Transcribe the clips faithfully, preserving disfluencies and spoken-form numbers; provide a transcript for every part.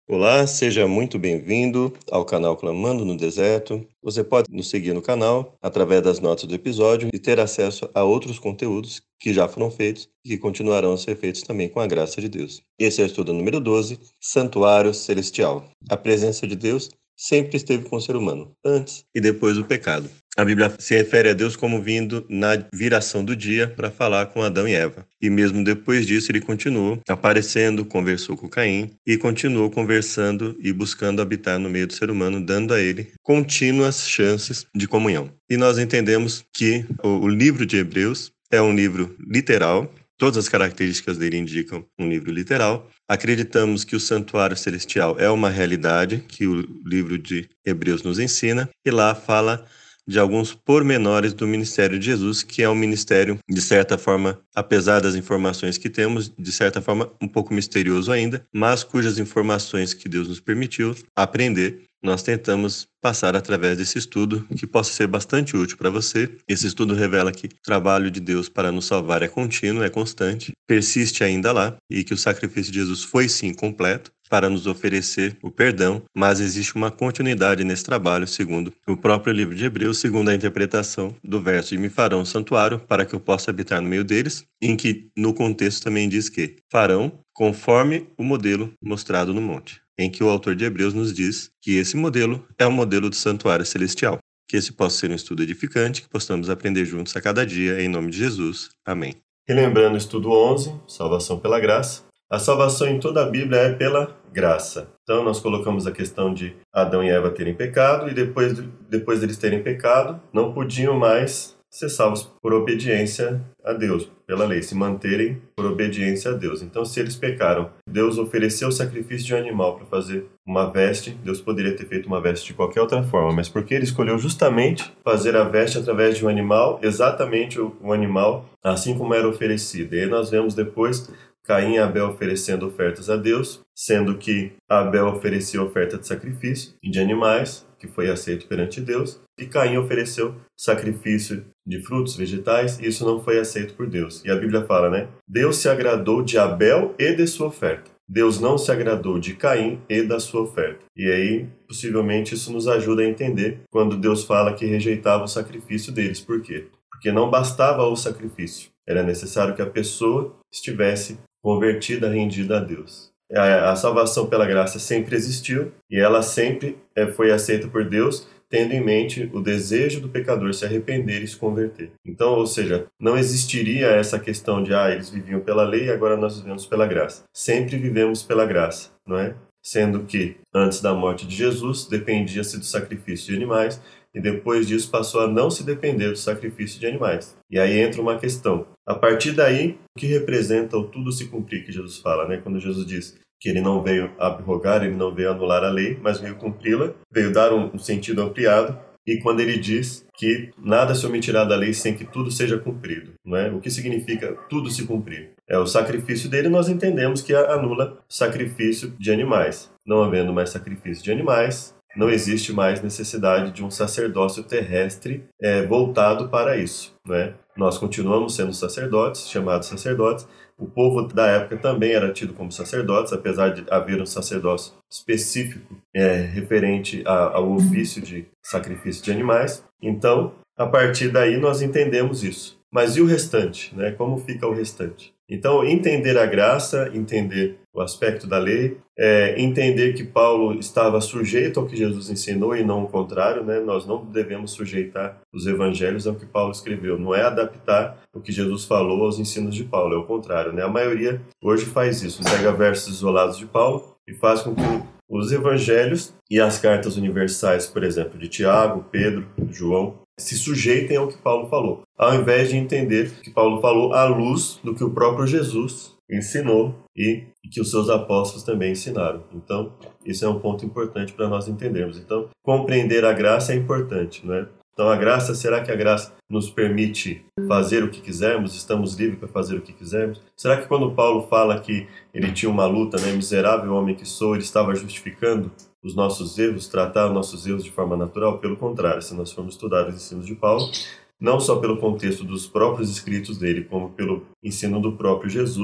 Olá, seja muito bem-vindo ao canal Clamando no Deserto. Você pode nos seguir no canal através das notas do episódio e ter acesso a outros conteúdos que já foram feitos e que continuarão a ser feitos também com a graça de Deus. Esse é o estudo número doze, Santuário Celestial. A presença de Deus sempre esteve com o ser humano, antes e depois do pecado. A Bíblia se refere a Deus como vindo na viração do dia para falar com Adão e Eva. E mesmo depois disso, ele continuou aparecendo, conversou com Caim e continuou conversando e buscando habitar no meio do ser humano, dando a ele contínuas chances de comunhão. E nós entendemos que o, o livro de Hebreus é um livro literal. Todas as características dele indicam um livro literal. Acreditamos que o santuário celestial é uma realidade que o livro de Hebreus nos ensina, e lá fala de alguns pormenores do ministério de Jesus, que é um ministério, de certa forma, apesar das informações que temos, de certa forma, um pouco misterioso ainda, mas cujas informações que Deus nos permitiu aprender, nós tentamos passar através desse estudo, que possa ser bastante útil para você. Esse estudo revela que o trabalho de Deus para nos salvar é contínuo, é constante, persiste ainda lá, e que o sacrifício de Jesus foi sim completo para nos oferecer o perdão, mas existe uma continuidade nesse trabalho, segundo o próprio livro de Hebreus, segundo a interpretação do verso de me farão um santuário para que eu possa habitar no meio deles, em que no contexto também diz que farão conforme o modelo mostrado no monte, em que o autor de Hebreus nos diz que esse modelo é o modelo do santuário celestial. Que esse possa ser um estudo edificante, que possamos aprender juntos a cada dia, em nome de Jesus. Amém. Relembrando o estudo onze, salvação pela graça. A salvação em toda a Bíblia é pela graça. Então nós colocamos a questão de Adão e Eva terem pecado, e depois, depois deles terem pecado, não podiam mais ser salvos por obediência a Deus, pela lei, se manterem por obediência a Deus. Então, se eles pecaram, Deus ofereceu o sacrifício de um animal para fazer uma veste. Deus poderia ter feito uma veste de qualquer outra forma, mas porque ele escolheu justamente fazer a veste através de um animal, exatamente o, o animal, assim como era oferecido. E aí nós vemos depois Caim e Abel oferecendo ofertas a Deus, sendo que Abel oferecia oferta de sacrifício e de animais, que foi aceito perante Deus, e Caim ofereceu sacrifício de frutos, vegetais, e isso não foi aceito por Deus. E a Bíblia fala, né? Deus se agradou de Abel e de sua oferta. Deus não se agradou de Caim e da sua oferta. E aí, possivelmente, isso nos ajuda a entender quando Deus fala que rejeitava o sacrifício deles. Por quê? Porque não bastava o sacrifício. Era necessário que a pessoa estivesse convertida, rendida a Deus. A, a salvação pela graça sempre existiu e ela sempre é, foi aceita por Deus, tendo em mente o desejo do pecador se arrepender e se converter. Então, ou seja, não existiria essa questão de, ah, eles viviam pela lei e agora nós vivemos pela graça. Sempre vivemos pela graça, não é? Sendo que, antes da morte de Jesus, dependia-se do sacrifício de animais, e depois disso passou a não se depender do sacrifício de animais. E aí entra uma questão. A partir daí, o que representa o tudo se cumprir que Jesus fala, né? Quando Jesus diz que ele não veio abrogar, ele não veio anular a lei, mas veio cumpri-la, veio dar um, um sentido ampliado. E quando ele diz que nada se omitirá da lei sem que tudo seja cumprido, não é? O que significa tudo se cumprir? É o sacrifício dele, nós entendemos que anula sacrifício de animais. Não havendo mais sacrifício de animais, não existe mais necessidade de um sacerdócio terrestre é, voltado para isso, né? Nós continuamos sendo sacerdotes, chamados sacerdotes. O povo da época também era tido como sacerdotes, apesar de haver um sacerdócio específico é, referente a, ao ofício de sacrifício de animais. Então, a partir daí nós entendemos isso. Mas e o restante, né? Como fica o restante? Então, entender a graça, entender o aspecto da lei, é, entender que Paulo estava sujeito ao que Jesus ensinou e não o contrário, né? Nós não devemos sujeitar os evangelhos ao que Paulo escreveu. Não é adaptar o que Jesus falou aos ensinos de Paulo, é o contrário, né? A maioria hoje faz isso, pega versos isolados de Paulo e faz com que os evangelhos e as cartas universais, por exemplo, de Tiago, Pedro, João, se sujeitem ao que Paulo falou, ao invés de entender o que Paulo falou à luz do que o próprio Jesus ensinou e que os seus apóstolos também ensinaram. Então, isso é um ponto importante para nós entendermos. Então, compreender a graça é importante, não é? Então, a graça, será que a graça nos permite fazer o que quisermos? Estamos livres para fazer o que quisermos? Será que quando Paulo fala que ele tinha uma luta, né, miserável homem que sou, ele estava justificando os nossos erros, tratar os nossos erros de forma natural? Pelo contrário, se nós formos estudar os ensinos de Paulo, não só pelo contexto dos próprios escritos dele, como pelo ensino do próprio Jesus,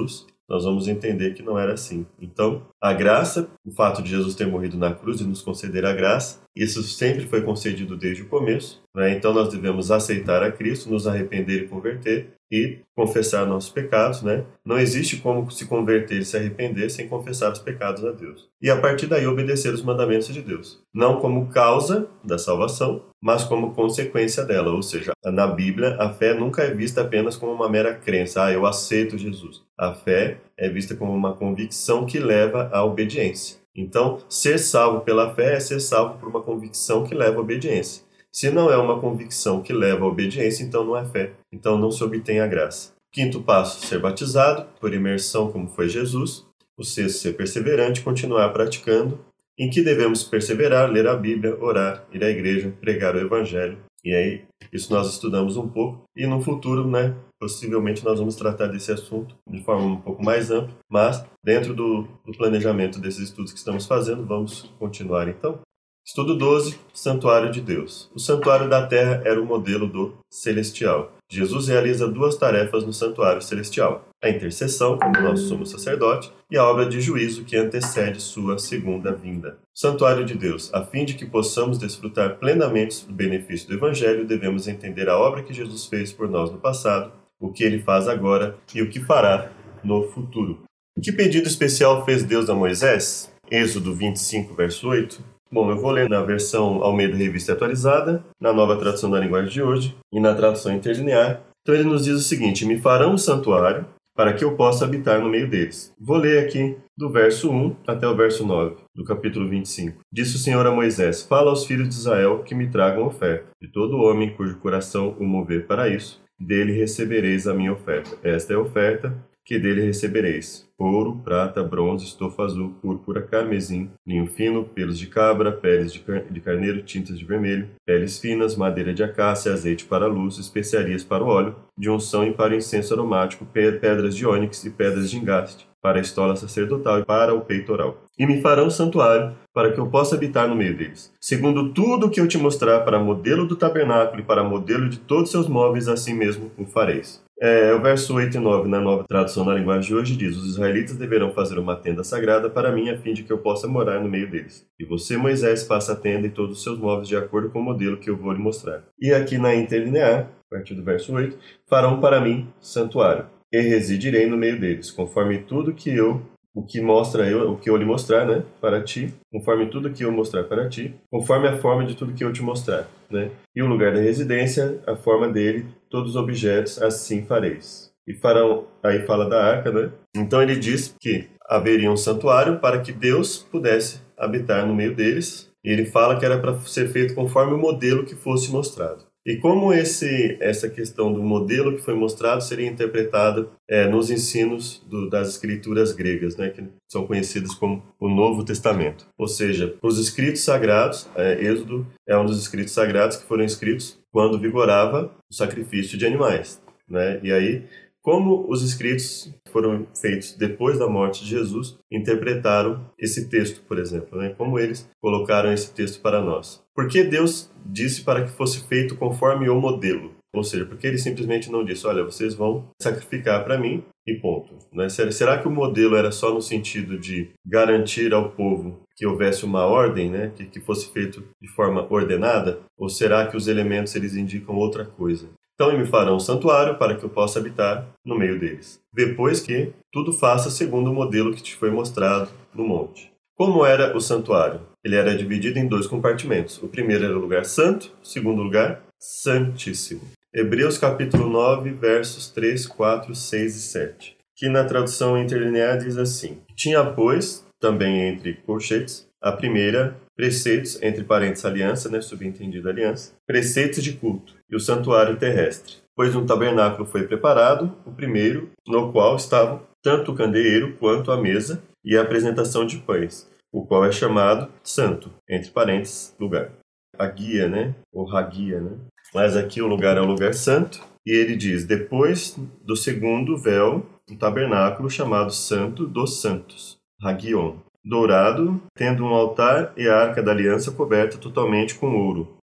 nós vamos entender que não era assim. Então, a graça, o fato de Jesus ter morrido na cruz e nos conceder a graça, isso sempre foi concedido desde o começo, né? Então, nós devemos aceitar a Cristo, nos arrepender e converter e confessar nossos pecados, né? Não existe como se converter e se arrepender sem confessar os pecados a Deus. E a partir daí obedecer os mandamentos de Deus. Não como causa da salvação, mas como consequência dela. Ou seja, na Bíblia, a fé nunca é vista apenas como uma mera crença. Ah, eu aceito Jesus. A fé é vista como uma convicção que leva à obediência. Então, ser salvo pela fé é ser salvo por uma convicção que leva à obediência. Se não é uma convicção que leva à obediência, então não é fé. Então não se obtém a graça. Quinto passo, ser batizado, por imersão como foi Jesus. O sexto, ser perseverante, continuar praticando. Em que devemos perseverar, ler a Bíblia, orar, ir à igreja, pregar o Evangelho. E aí, isso nós estudamos um pouco. E no futuro, né, possivelmente nós vamos tratar desse assunto de forma um pouco mais ampla. Mas, dentro do, do planejamento desses estudos que estamos fazendo, vamos continuar então. Estudo doze, Santuário de Deus. O santuário da terra era o modelo do celestial. Jesus realiza duas tarefas no santuário celestial: a intercessão, como nosso sumo sacerdote, e a obra de juízo que antecede sua segunda vinda. Santuário de Deus. A fim de que possamos desfrutar plenamente do benefício do Evangelho, devemos entender a obra que Jesus fez por nós no passado, o que ele faz agora e o que fará no futuro. Que pedido especial fez Deus a Moisés? Êxodo vinte e cinco, verso oito. Bom, eu vou ler na versão Almeida Revista Atualizada, na nova tradução da linguagem de hoje e na tradução interlinear. Então ele nos diz o seguinte: me farão um santuário para que eu possa habitar no meio deles. Vou ler aqui do verso um até o verso nove, do capítulo vinte e cinco. Disse o Senhor a Moisés: fala aos filhos de Israel que me tragam oferta. De todo homem cujo coração o mover para isso, dele recebereis a minha oferta. Esta é a oferta que dele recebereis: ouro, prata, bronze, estofa azul, púrpura, carmesim, linho fino, pelos de cabra, peles de, car de carneiro, tintas de vermelho, peles finas, madeira de acácia, azeite para a luz, especiarias para o óleo, de unção e para o incenso aromático, pedras de ônix e pedras de engaste, para a estola sacerdotal e para o peitoral. E me farão um santuário, para que eu possa habitar no meio deles. Segundo tudo o que eu te mostrar para modelo do tabernáculo e para modelo de todos seus móveis, assim mesmo o fareis. É, o verso oito e nove, na nova tradução da linguagem de hoje, diz: os israelitas deverão fazer uma tenda sagrada para mim, a fim de que eu possa morar no meio deles. E você, Moisés, faça a tenda e todos os seus móveis de acordo com o modelo que eu vou lhe mostrar. E aqui na interlinear, a partir do verso oito, farão para mim santuário, e residirei no meio deles, conforme tudo que eu o que mostra eu, o que eu lhe mostrar, né, para ti, conforme tudo que eu mostrar para ti, conforme a forma de tudo que eu te mostrar, né? E o lugar da residência, a forma dele, todos os objetos, assim fareis. E farão, aí fala da arca, né? Então ele diz que haveria um santuário para que Deus pudesse habitar no meio deles, e ele fala que era para ser feito conforme o modelo que fosse mostrado. E como esse, essa questão do modelo que foi mostrado seria interpretada é, nos ensinos do, das escrituras gregas, né, que são conhecidas como o Novo Testamento. Ou seja, os escritos sagrados, é, Êxodo é um dos escritos sagrados que foram escritos quando vigorava o sacrifício de animais, né? E aí, como os escritos foram feitos depois da morte de Jesus, interpretaram esse texto, por exemplo, né? Como eles colocaram esse texto para nós. Por que Deus disse para que fosse feito conforme o modelo? Ou seja, porque ele simplesmente não disse: olha, vocês vão sacrificar para mim e ponto, né? Será que o modelo era só no sentido de garantir ao povo que houvesse uma ordem, né? que, que fosse feito de forma ordenada? Ou será que os elementos eles indicam outra coisa? Então me farão um santuário para que eu possa habitar no meio deles, depois que tudo faça segundo o modelo que te foi mostrado no monte. Como era o santuário? Ele era dividido em dois compartimentos. O primeiro era o lugar santo, o segundo lugar, santíssimo. Hebreus capítulo nove, versos três, quatro, seis e sete. Que na tradução interlinear diz assim: tinha, pois, também entre colchetes, a primeira, preceitos, entre parênteses aliança, né, subentendido aliança, preceitos de culto, e o santuário terrestre. Pois um tabernáculo foi preparado, o primeiro, no qual estavam tanto o candeeiro quanto a mesa e a apresentação de pães, o qual é chamado santo, entre parênteses, lugar. A guia, né? Ou raguia, né? Mas aqui o lugar é o lugar santo, e ele diz: depois do segundo véu, um tabernáculo chamado Santo dos Santos, Hagion, dourado, tendo um altar e a arca da aliança coberta totalmente com ouro.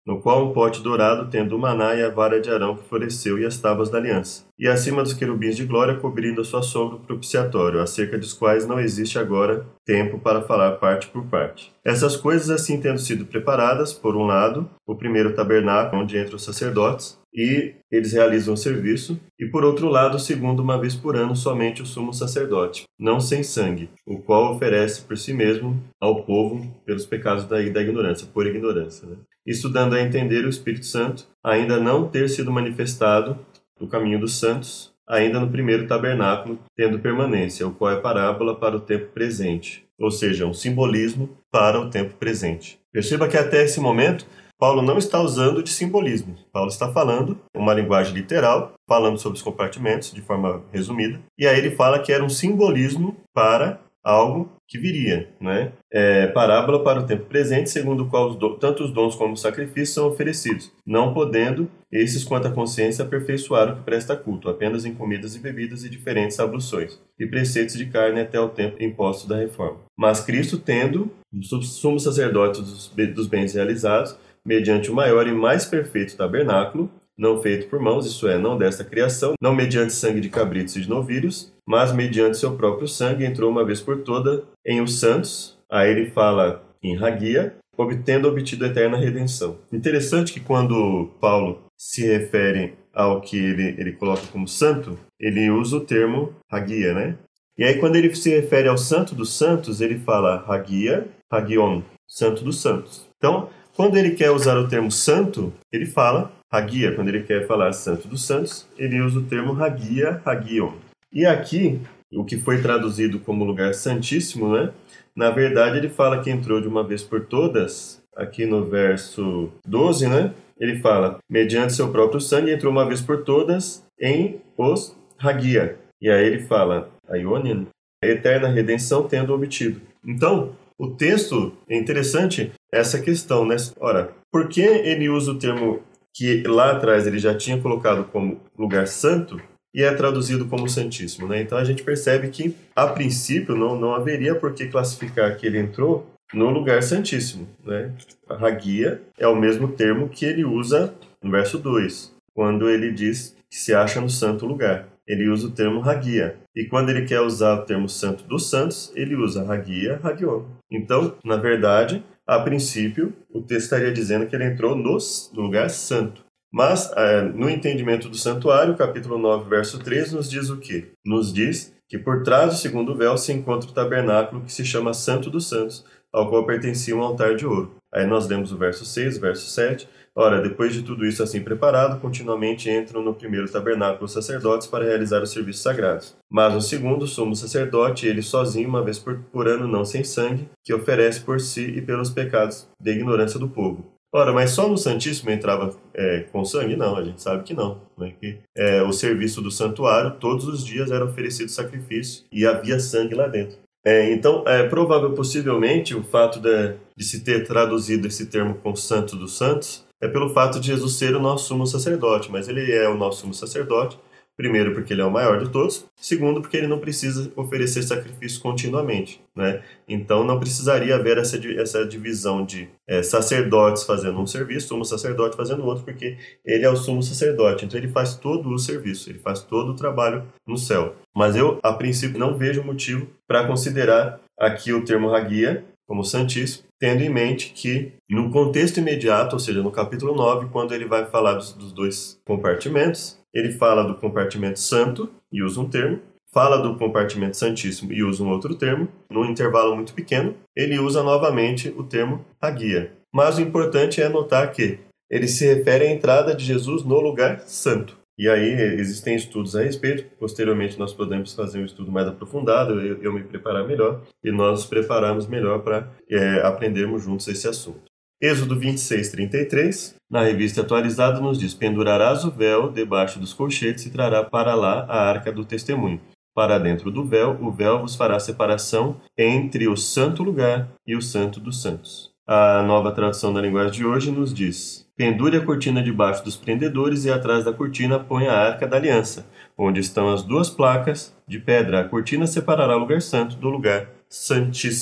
no qual um pote dourado, tendo o maná e a vara de Arão que floresceu e as tábuas da aliança. E acima dos querubins de glória, cobrindo a sua sombra, o propiciatório, acerca dos quais não existe agora tempo para falar parte por parte. Essas coisas assim tendo sido preparadas, por um lado, o primeiro tabernáculo, onde entram os sacerdotes, e eles realizam o serviço, e por outro lado, o segundo, uma vez por ano, somente o sumo sacerdote, não sem sangue, o qual oferece por si mesmo ao povo pelos pecados da, da ignorância, por ignorância. Né? Isso dando a entender o Espírito Santo ainda não ter sido manifestado no caminho dos santos, ainda no primeiro tabernáculo, tendo permanência, o qual é parábola para o tempo presente, ou seja, um simbolismo para o tempo presente. Perceba que até esse momento, Paulo não está usando de simbolismo. Paulo está falando uma linguagem literal, falando sobre os compartimentos de forma resumida, e aí ele fala que era um simbolismo para algo que viria, né? É, parábola para o tempo presente, segundo o qual os do, tanto os dons como os sacrifícios são oferecidos, não podendo esses quanto à consciência aperfeiçoar o que presta culto, apenas em comidas e bebidas e diferentes abluções, e preceitos de carne até o tempo imposto da reforma. Mas Cristo, tendo o sumo sacerdote dos, dos bens realizados, mediante o maior e mais perfeito tabernáculo, não feito por mãos, isso é, não desta criação, não mediante sangue de cabritos e de novilhos, mas mediante seu próprio sangue, entrou uma vez por toda em os santos. Aí ele fala em Hagia, obtendo obtido a eterna redenção. Interessante que quando Paulo se refere ao que ele, ele coloca como santo, ele usa o termo Hagia, né? E aí quando ele se refere ao santo dos santos, ele fala Hagia, Hagion, santo dos santos. Então, quando ele quer usar o termo santo, ele fala Hagia. Quando ele quer falar santo dos santos, ele usa o termo Hagia, Hagion. E aqui, o que foi traduzido como lugar santíssimo, né? Na verdade, ele fala que entrou de uma vez por todas, aqui no verso doze, né? Ele fala, mediante seu próprio sangue, entrou uma vez por todas em os Hagia. E aí ele fala, Aionian, a eterna redenção tendo obtido. Então, o texto é interessante essa questão, né? Ora, por que ele usa o termo que lá atrás ele já tinha colocado como lugar santo e é traduzido como santíssimo, né? Então a gente percebe que, a princípio, não, não haveria por que classificar que ele entrou no lugar santíssimo, né? A Hagia é o mesmo termo que ele usa no verso dois, quando ele diz que se acha no santo lugar. Ele usa o termo Hagia. E quando ele quer usar o termo santo dos santos, ele usa Hagia, Hagion. Então, na verdade, a princípio, o texto estaria dizendo que ele entrou no lugar santo. Mas, no entendimento do santuário, capítulo nove, verso três, nos diz o quê? Nos diz que por trás do segundo véu se encontra o tabernáculo que se chama Santo dos Santos, ao qual pertencia um altar de ouro. Aí nós lemos o verso seis, verso sete. Ora, depois de tudo isso assim preparado, continuamente entram no primeiro tabernáculo os sacerdotes para realizar os serviços sagrados. Mas no segundo, o sumo sacerdote, ele sozinho, uma vez por, por ano, não sem sangue, que oferece por si e pelos pecados da ignorância do povo. Ora, mas só no Santíssimo entrava é, com sangue? Não, a gente sabe que não. Né? Que, é, o serviço do santuário, todos os dias era oferecido sacrifício e havia sangue lá dentro. É, então, é provável, possivelmente, o fato de, de se ter traduzido esse termo com santo dos santos é pelo fato de Jesus ser o nosso sumo sacerdote, mas ele é o nosso sumo sacerdote, primeiro porque ele é o maior de todos, segundo porque ele não precisa oferecer sacrifício continuamente, né? Então não precisaria haver essa, essa divisão de é, sacerdotes fazendo um serviço, sumo sacerdote fazendo outro, porque ele é o sumo sacerdote, então ele faz todo o serviço, ele faz todo o trabalho no céu. Mas eu, a princípio, não vejo motivo para considerar aqui o termo Hagia como santíssimo, tendo em mente que no contexto imediato, ou seja, no capítulo nove, quando ele vai falar dos, dos dois compartimentos, ele fala do compartimento santo e usa um termo, fala do compartimento santíssimo e usa um outro termo, num intervalo muito pequeno, ele usa novamente o termo Hagia. Mas o importante é notar que ele se refere à entrada de Jesus no lugar santo. E aí existem estudos a respeito, posteriormente nós podemos fazer um estudo mais aprofundado, eu, eu me preparar melhor e nós nos prepararmos melhor para é, aprendermos juntos esse assunto. Êxodo vinte e seis, trinta e três, na revista atualizada nos diz: pendurarás o véu debaixo dos colchetes e trará para lá a arca do testemunho. Para dentro do véu, o véu vos fará separação entre o santo lugar e o santo dos santos. A nova tradução da linguagem de hoje nos diz: pendure a cortina debaixo dos prendedores e atrás da cortina põe a arca da aliança, onde estão as duas placas de pedra. A cortina separará o lugar santo do lugar santíssimo.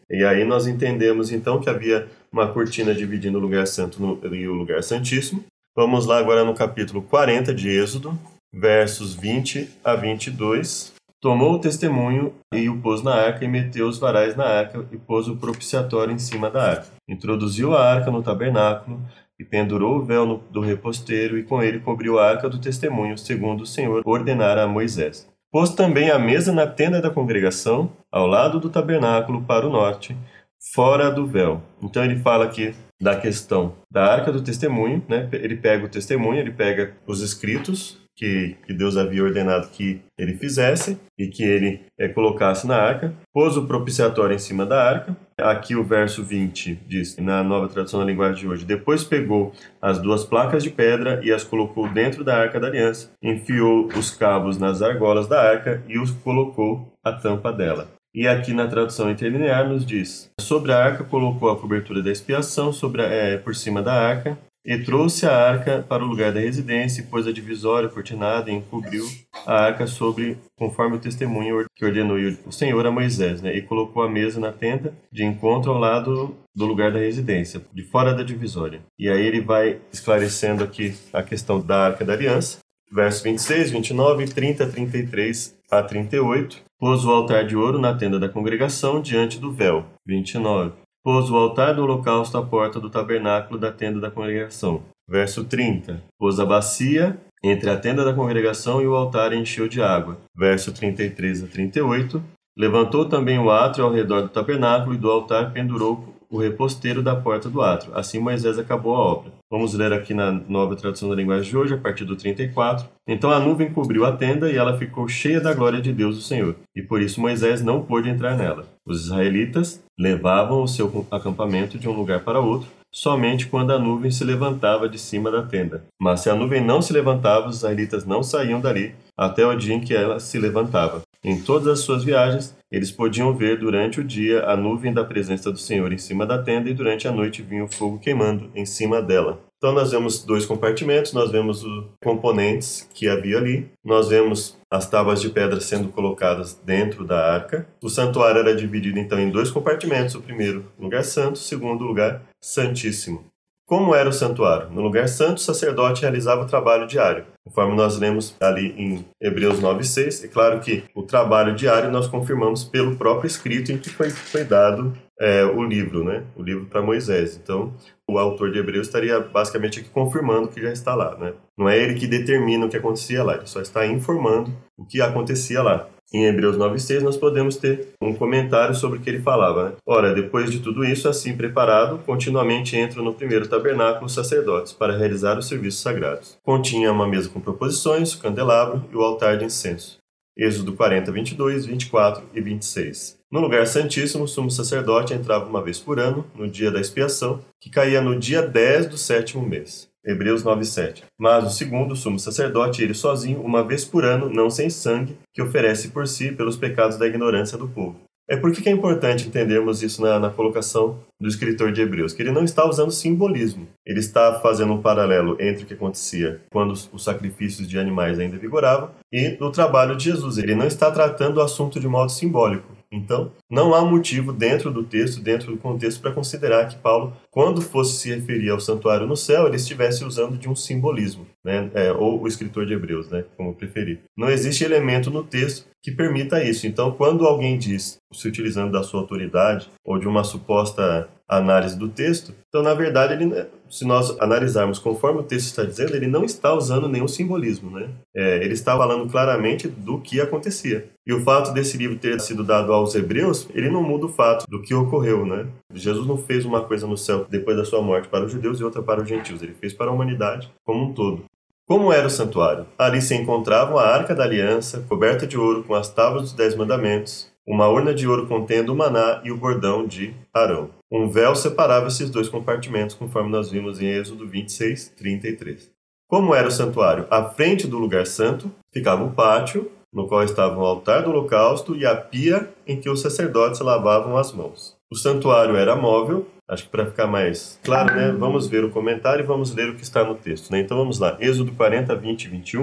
E aí nós entendemos então que havia uma cortina dividindo o lugar santo no, e o lugar santíssimo. Vamos lá agora no capítulo quarenta de Êxodo, versos vinte a vinte e dois. Tomou o testemunho e o pôs na arca e meteu os varais na arca e pôs o propiciatório em cima da arca. Introduziu a arca no tabernáculo e pendurou o véu no, do reposteiro e com ele cobriu a arca do testemunho, segundo o Senhor ordenara a Moisés. Pôs também a mesa na tenda da congregação, ao lado do tabernáculo para o norte, fora do véu. Então ele fala aqui da questão da arca do testemunho, né? Ele pega o testemunho, ele pega os escritos que, que Deus havia ordenado que ele fizesse e que ele é, colocasse na arca, pôs o propiciatório em cima da arca. Aqui o verso vinte diz, na nova tradução da linguagem de hoje, depois pegou as duas placas de pedra e as colocou dentro da arca da aliança, enfiou os cabos nas argolas da arca e os colocou a tampa dela. E aqui na tradução interlinear nos diz, sobre a arca colocou a cobertura da expiação sobre a, é, por cima da arca, e trouxe a arca para o lugar da residência, e pôs a divisória cortinada e encobriu a arca sobre, conforme o testemunho que ordenou o Senhor a Moisés, né? E colocou a mesa na tenda de encontro ao lado do lugar da residência, de fora da divisória. E aí ele vai esclarecendo aqui a questão da arca da aliança, versos vinte e seis, vinte e nove, trinta, trinta e três a trinta e oito. Pôs o altar de ouro na tenda da congregação diante do véu, vinte e nove. Pôs o altar do holocausto à porta do tabernáculo da tenda da congregação. Verso trinta. Pôs a bacia entre a tenda da congregação e o altar e encheu de água. Verso trinta e três a trinta e oito. Levantou também o átrio ao redor do tabernáculo e do altar pendurou o reposteiro da porta do átrio. Assim Moisés acabou a obra. Vamos ler aqui na nova tradução da linguagem de hoje, a partir do trinta e quatro. Então a nuvem cobriu a tenda e ela ficou cheia da glória de Deus, o Senhor. E por isso Moisés não pôde entrar nela. Os israelitas levavam o seu acampamento de um lugar para outro, somente quando a nuvem se levantava de cima da tenda. Mas se a nuvem não se levantava, os israelitas não saíam dali, até o dia em que ela se levantava. Em todas as suas viagens, eles podiam ver durante o dia a nuvem da presença do Senhor em cima da tenda e durante a noite vinha o fogo queimando em cima dela. Então nós vemos dois compartimentos, nós vemos os componentes que havia ali, nós vemos as tábuas de pedra sendo colocadas dentro da arca. O santuário era dividido então em dois compartimentos, o primeiro lugar santo, o segundo lugar santíssimo. Como era o santuário? No lugar santo, o sacerdote realizava o trabalho diário, conforme nós lemos ali em Hebreus nove, seis. É claro que o trabalho diário nós confirmamos pelo próprio escrito em que foi, foi dado é, o livro, né? O livro para Moisés. Então, o autor de Hebreus estaria basicamente aqui confirmando o que já está lá, né? Não é ele que determina o que acontecia lá, ele só está informando o que acontecia lá. Em Hebreus nove, seis, nós podemos ter um comentário sobre o que ele falava, né? Ora, depois de tudo isso, assim preparado, continuamente entram no primeiro tabernáculo os sacerdotes para realizar os serviços sagrados. Continha uma mesa com proposições, o candelabro e o altar de incenso. Êxodo quarenta, vinte e dois, vinte e quatro e vinte e seis. No lugar santíssimo, o sumo sacerdote entrava uma vez por ano, no dia da expiação, que caía no dia dez do sétimo mês. Hebreus nove, sete. Mas o segundo, o sumo sacerdote, ele sozinho, uma vez por ano, não sem sangue, que oferece por si pelos pecados da ignorância do povo. É por que é importante entendermos isso na, na colocação do escritor de Hebreus, que ele não está usando simbolismo. Ele está fazendo um paralelo entre o que acontecia quando os, os sacrifícios de animais ainda vigoravam e no trabalho de Jesus. Ele não está tratando o assunto de modo simbólico. Então, não há motivo dentro do texto, dentro do contexto, para considerar que Paulo, quando fosse se referir ao santuário no céu, ele estivesse usando de um simbolismo, né? É, ou o escritor de Hebreus, né? Como preferir. Não existe elemento no texto que permita isso. Então, quando alguém diz, se utilizando da sua autoridade ou de uma suposta análise do texto, então, na verdade, ele, se nós analisarmos conforme o texto está dizendo, ele não está usando nenhum simbolismo, né? É, ele está falando claramente do que acontecia. E o fato desse livro ter sido dado aos hebreus, ele não muda o fato do que ocorreu, né? Jesus não fez uma coisa no céu depois da sua morte para os judeus e outra para os gentios. Ele fez para a humanidade como um todo. Como era o santuário? Ali se encontravam a Arca da Aliança, coberta de ouro com as tábuas dos Dez Mandamentos, uma urna de ouro contendo o maná e o bordão de Arão. Um véu separava esses dois compartimentos, conforme nós vimos em Êxodo vinte e seis, trinta e três. Como era o santuário? À frente do lugar santo ficava o pátio, no qual estavam o altar do holocausto e a pia em que os sacerdotes lavavam as mãos. O santuário era móvel, acho que para ficar mais claro, né? Vamos ver o comentário e vamos ler o que está no texto, né? Então vamos lá, Êxodo quarenta, vinte e vinte e um.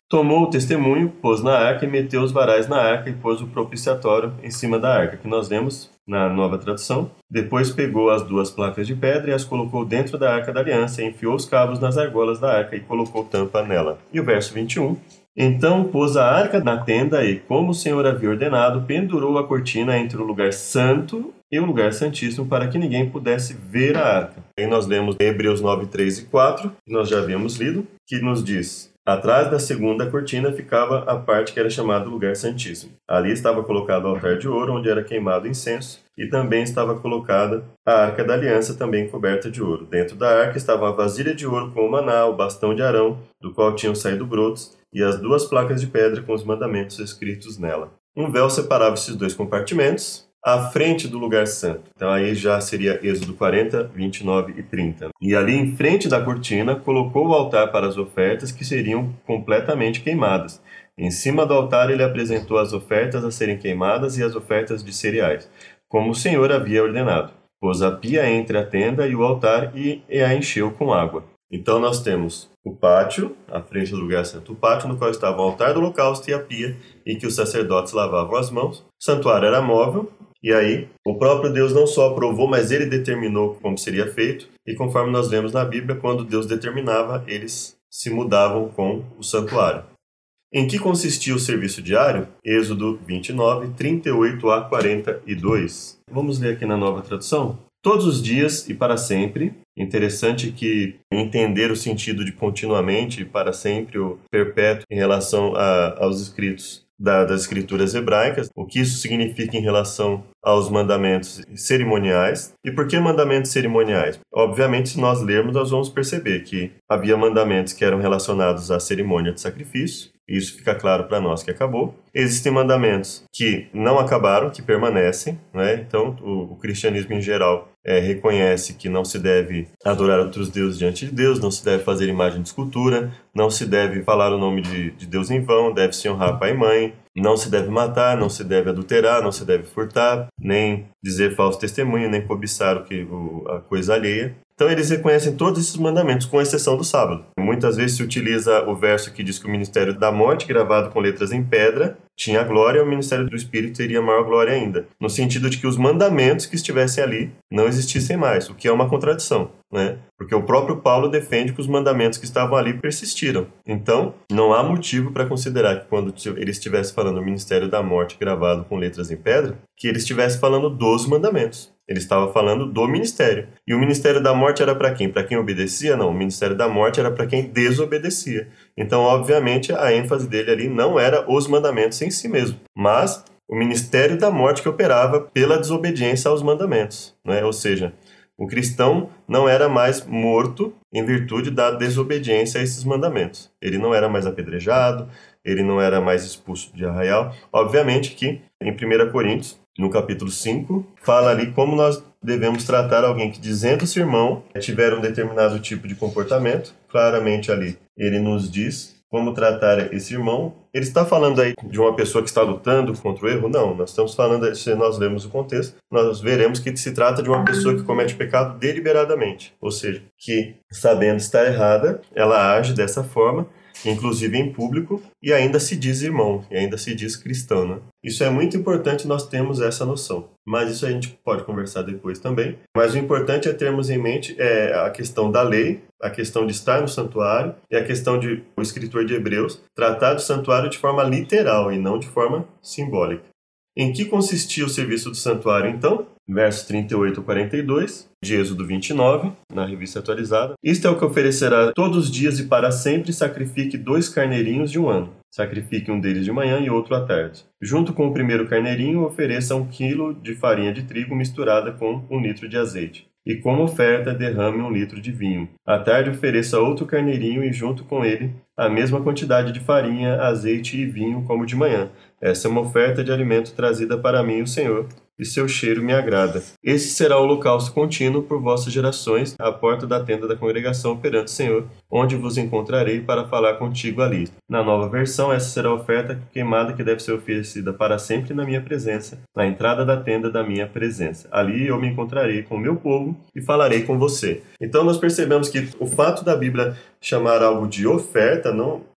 Tomou o testemunho, pôs na arca e meteu os varais na arca e pôs o propiciatório em cima da arca, que nós vemos na Nova Tradução. Depois pegou as duas placas de pedra e as colocou dentro da arca da aliança, e enfiou os cabos nas argolas da arca e colocou tampa nela. E o verso vinte e um. Então pôs a arca na tenda e, como o Senhor havia ordenado, pendurou a cortina entre o lugar santo e o lugar santíssimo para que ninguém pudesse ver a arca. Aí nós lemos Hebreus nove, três e quatro, que nós já havíamos lido, que nos diz: atrás da segunda cortina ficava a parte que era chamada lugar santíssimo. Ali estava colocado o altar de ouro, onde era queimado incenso, e também estava colocada a arca da aliança, também coberta de ouro. Dentro da arca estava a vasilha de ouro com o maná, o bastão de Arão, do qual tinham saído brotos, e as duas placas de pedra com os mandamentos escritos nela. Um véu separava esses dois compartimentos, à frente do lugar santo. Então aí já seria Êxodo quarenta, vinte e nove e trinta. E ali em frente da cortina colocou o altar para as ofertas, que seriam completamente queimadas. Em cima do altar ele apresentou as ofertas a serem queimadas e as ofertas de cereais, como o Senhor havia ordenado. Pôs a pia entre a tenda e o altar e a encheu com água. Então nós temos o pátio, à frente do lugar santo, o pátio no qual estava o altar do holocausto e a pia, em que os sacerdotes lavavam as mãos. O santuário era móvel, e aí o próprio Deus não só aprovou, mas ele determinou como seria feito, e conforme nós vemos na Bíblia, quando Deus determinava, eles se mudavam com o santuário. Em que consistia o serviço diário? Êxodo vinte e nove, trinta e oito a quarenta e dois. Vamos ler aqui na Nova Tradução. Todos os dias e para sempre. Interessante que entender o sentido de continuamente e para sempre, o perpétuo, em relação a, aos escritos da, das escrituras hebraicas, o que isso significa em relação aos mandamentos cerimoniais. E por que mandamentos cerimoniais? Obviamente, se nós lermos, nós vamos perceber que havia mandamentos que eram relacionados à cerimônia de sacrifício. Isso fica claro para nós que acabou. Existem mandamentos que não acabaram, que permanecem, né? Então, o, o cristianismo em geral é, reconhece que não se deve adorar outros deuses diante de Deus, não se deve fazer imagem de escultura, não se deve falar o nome de, de Deus em vão, deve-se honrar pai e mãe, não se deve matar, não se deve adulterar, não se deve furtar, nem dizer falso testemunho, nem cobiçar o que, o, a coisa alheia. Então eles reconhecem todos esses mandamentos, com exceção do sábado. Muitas vezes se utiliza o verso que diz que o ministério da morte, gravado com letras em pedra, tinha glória, e o ministério do Espírito teria maior glória ainda. No sentido de que os mandamentos que estivessem ali não existissem mais, o que é uma contradição, né? Porque o próprio Paulo defende que os mandamentos que estavam ali persistiram. Então, não há motivo para considerar que quando ele estivesse falando o ministério da morte gravado com letras em pedra, que ele estivesse falando dos mandamentos. Ele estava falando do ministério. E o ministério da morte era para quem? Para quem obedecia? Não, o ministério da morte era para quem desobedecia. Então, obviamente, a ênfase dele ali não era os mandamentos em si mesmo, mas o ministério da morte que operava pela desobediência aos mandamentos, né? Ou seja, o cristão não era mais morto em virtude da desobediência a esses mandamentos. Ele não era mais apedrejado, ele não era mais expulso de arraial. Obviamente que em primeira Coríntios, no capítulo cinco, fala ali como nós devemos tratar alguém que, dizendo-se irmão, tiver um determinado tipo de comportamento. Claramente ali ele nos diz como tratar esse irmão. Ele está falando aí de uma pessoa que está lutando contra o erro? Não, nós estamos falando, se nós lermos o contexto, nós veremos que se trata de uma pessoa que comete pecado deliberadamente, ou seja, que, sabendo estar errada, ela age dessa forma, inclusive em público, e ainda se diz irmão, e ainda se diz cristão, né? Isso é muito importante, nós temos essa noção. Mas isso a gente pode conversar depois também. Mas o importante é termos em mente é, a questão da lei, a questão de estar no santuário, e a questão de o escritor de Hebreus tratar do santuário de forma literal e não de forma simbólica. Em que consistia o serviço do santuário, então? Versos trinta e oito a quarenta e dois, de Êxodo vinte e nove, na revista atualizada. Isto é o que oferecerá todos os dias e para sempre, sacrifique dois carneirinhos de um ano. Sacrifique um deles de manhã e outro à tarde. Junto com o primeiro carneirinho, ofereça um quilo de farinha de trigo misturada com um litro de azeite. E como oferta, derrame um litro de vinho. À tarde, ofereça outro carneirinho e junto com ele a mesma quantidade de farinha, azeite e vinho como de manhã. Essa é uma oferta de alimento trazida para mim, o Senhor, e seu cheiro me agrada. Esse será o holocausto contínuo por vossas gerações, à porta da tenda da congregação perante o Senhor, onde vos encontrarei para falar contigo ali. Na nova versão, essa será a oferta queimada que deve ser oferecida para sempre na minha presença, na entrada da tenda da minha presença. Ali eu me encontrarei com o meu povo e falarei com você. Então nós percebemos que o fato da Bíblia chamar algo de oferta não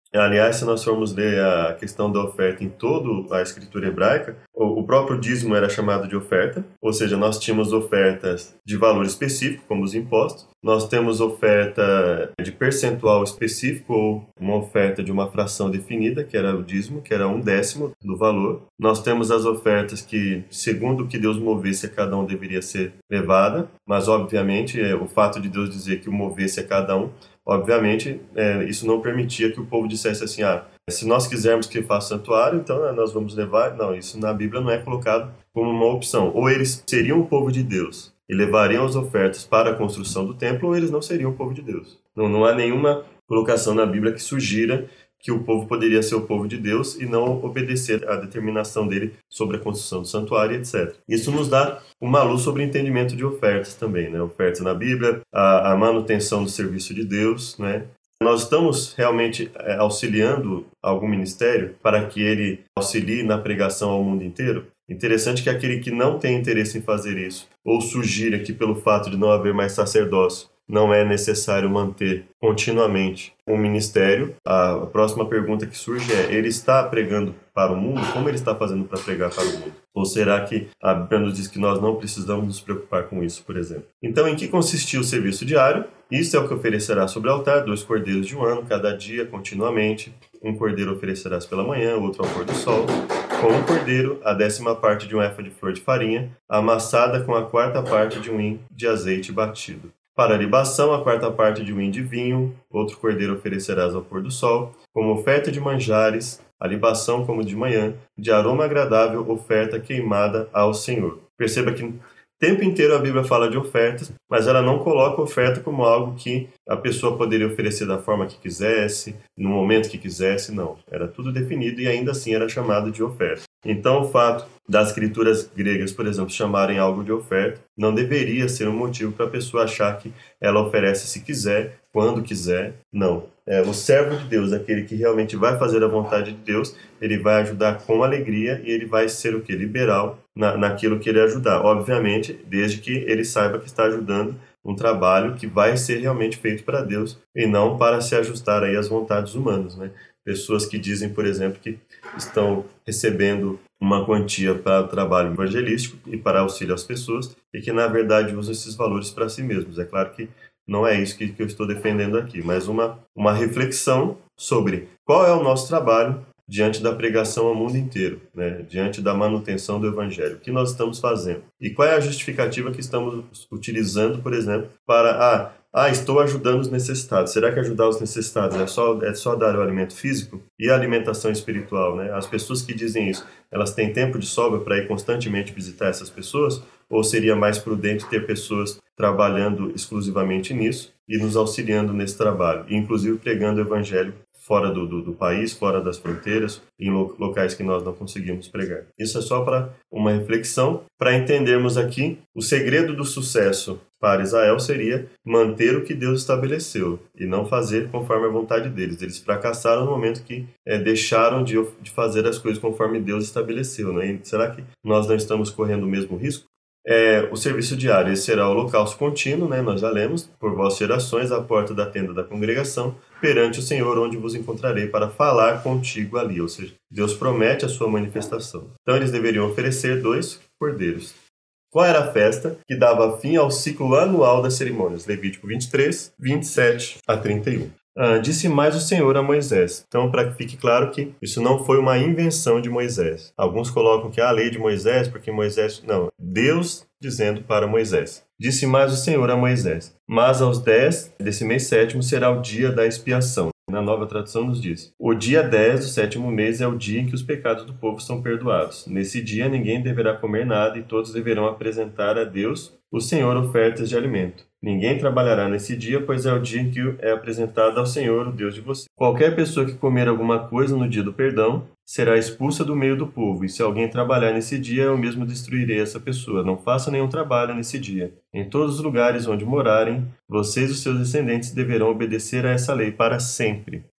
Aliás, se nós formos ler a questão da oferta em toda a escritura hebraica, o próprio dízimo era chamado de oferta, ou seja, nós tínhamos ofertas de valor específico, como os impostos, nós temos oferta de percentual específico ou uma oferta de uma fração definida, que era o dízimo, que era um décimo do valor. Nós temos as ofertas que, segundo o que Deus movesse a cada um, deveria ser levada, mas obviamente o fato de Deus dizer que o movesse a cada um, obviamente, é, isso não permitia que o povo dissesse assim, ah, se nós quisermos que faça santuário, então né, nós vamos levar. Não, isso na Bíblia não é colocado como uma opção. Ou eles seriam o povo de Deus e levariam as ofertas para a construção do templo, ou eles não seriam o povo de Deus. Não, não há nenhuma colocação na Bíblia que sugira que o povo poderia ser o povo de Deus e não obedecer à determinação dele sobre a construção do santuário, etcétera. Isso nos dá uma luz sobre o entendimento de ofertas também, né? Ofertas na Bíblia, a, a manutenção do serviço de Deus, né? Nós estamos realmente é, auxiliando algum ministério para que ele auxilie na pregação ao mundo inteiro? Interessante que aquele que não tem interesse em fazer isso, ou sugira que pelo fato de não haver mais sacerdócio, não é necessário manter continuamente um ministério. A próxima pergunta que surge é, ele está pregando para o mundo? Como ele está fazendo para pregar para o mundo? Ou será que a Bíblia nos diz que nós não precisamos nos preocupar com isso, por exemplo? Então, em que consistia o serviço diário? Isso é o que oferecerá sobre o altar, dois cordeiros de um ano, cada dia, continuamente. Um cordeiro oferecerás pela manhã, outro ao pôr do sol. Com um cordeiro, a décima parte de um efa de flor de farinha, amassada com a quarta parte de um hin de azeite batido. Para a libação, a quarta parte de um hin de vinho, outro cordeiro oferecerás ao pôr do sol, como oferta de manjares, a libação como de manhã, de aroma agradável, oferta queimada ao Senhor. Perceba que o tempo inteiro a Bíblia fala de ofertas, mas ela não coloca oferta como algo que a pessoa poderia oferecer da forma que quisesse, no momento que quisesse, não. Era tudo definido e ainda assim era chamado de oferta. Então, o fato das escrituras gregas, por exemplo, chamarem algo de oferta, não deveria ser um motivo para a pessoa achar que ela oferece se quiser, quando quiser. Não. É, o servo de Deus, aquele que realmente vai fazer a vontade de Deus, ele vai ajudar com alegria e ele vai ser o quê? Liberal na, naquilo que ele ajudar. Obviamente, desde que ele saiba que está ajudando um trabalho que vai ser realmente feito para Deus e não para se ajustar aí às vontades humanas, né? Pessoas que dizem, por exemplo, que estão recebendo uma quantia para o trabalho evangelístico e para auxílio às pessoas e que, na verdade, usam esses valores para si mesmos. É claro que não é isso que, que eu estou defendendo aqui, mas uma, uma reflexão sobre qual é o nosso trabalho diante da pregação ao mundo inteiro, né? Diante da manutenção do Evangelho. O que nós estamos fazendo? E qual é a justificativa que estamos utilizando, por exemplo, para... Ah, ah, estou ajudando os necessitados. Será que ajudar os necessitados é só, é só dar o alimento físico? E a alimentação espiritual, né? As pessoas que dizem isso, elas têm tempo de sobra para ir constantemente visitar essas pessoas? Ou seria mais prudente ter pessoas trabalhando exclusivamente nisso e nos auxiliando nesse trabalho, inclusive pregando o Evangelho fora do, do, do país, fora das fronteiras, em lo, locais que nós não conseguimos pregar. Isso é só para uma reflexão, para entendermos aqui o segredo do sucesso para Israel seria manter o que Deus estabeleceu e não fazer conforme a vontade deles. Eles fracassaram no momento que é, deixaram de, de fazer as coisas conforme Deus estabeleceu, né? E será que nós não estamos correndo o mesmo risco? É, o serviço diário, esse será o holocausto contínuo, né? Nós já lemos, por vossas gerações, à porta da tenda da congregação, perante o Senhor, onde vos encontrarei para falar contigo ali. Ou seja, Deus promete a sua manifestação. Então eles deveriam oferecer dois cordeiros. Qual era a festa que dava fim ao ciclo anual das cerimônias? Levítico vinte e três, vinte e sete a trinta e um. Ah, disse mais o Senhor a Moisés. Então, para que fique claro que isso não foi uma invenção de Moisés. Alguns colocam que é a lei de Moisés, porque Moisés... Não, Deus dizendo para Moisés. Disse mais o Senhor a Moisés. Mas aos dez desse mês sétimo será o dia da expiação. Na Nova Tradução nos diz: o dia dez do sétimo mês é o dia em que os pecados do povo são perdoados. Nesse dia ninguém deverá comer nada e todos deverão apresentar a Deus, o Senhor, ofertas de alimento. Ninguém trabalhará nesse dia, pois é o dia em que é apresentado ao Senhor, o Deus de você. Qualquer pessoa que comer alguma coisa no dia do perdão será expulsa do meio do povo, e se alguém trabalhar nesse dia, eu mesmo destruirei essa pessoa. Não faça nenhum trabalho nesse dia. Em todos os lugares onde morarem, vocês e os seus descendentes deverão obedecer a essa lei para sempre.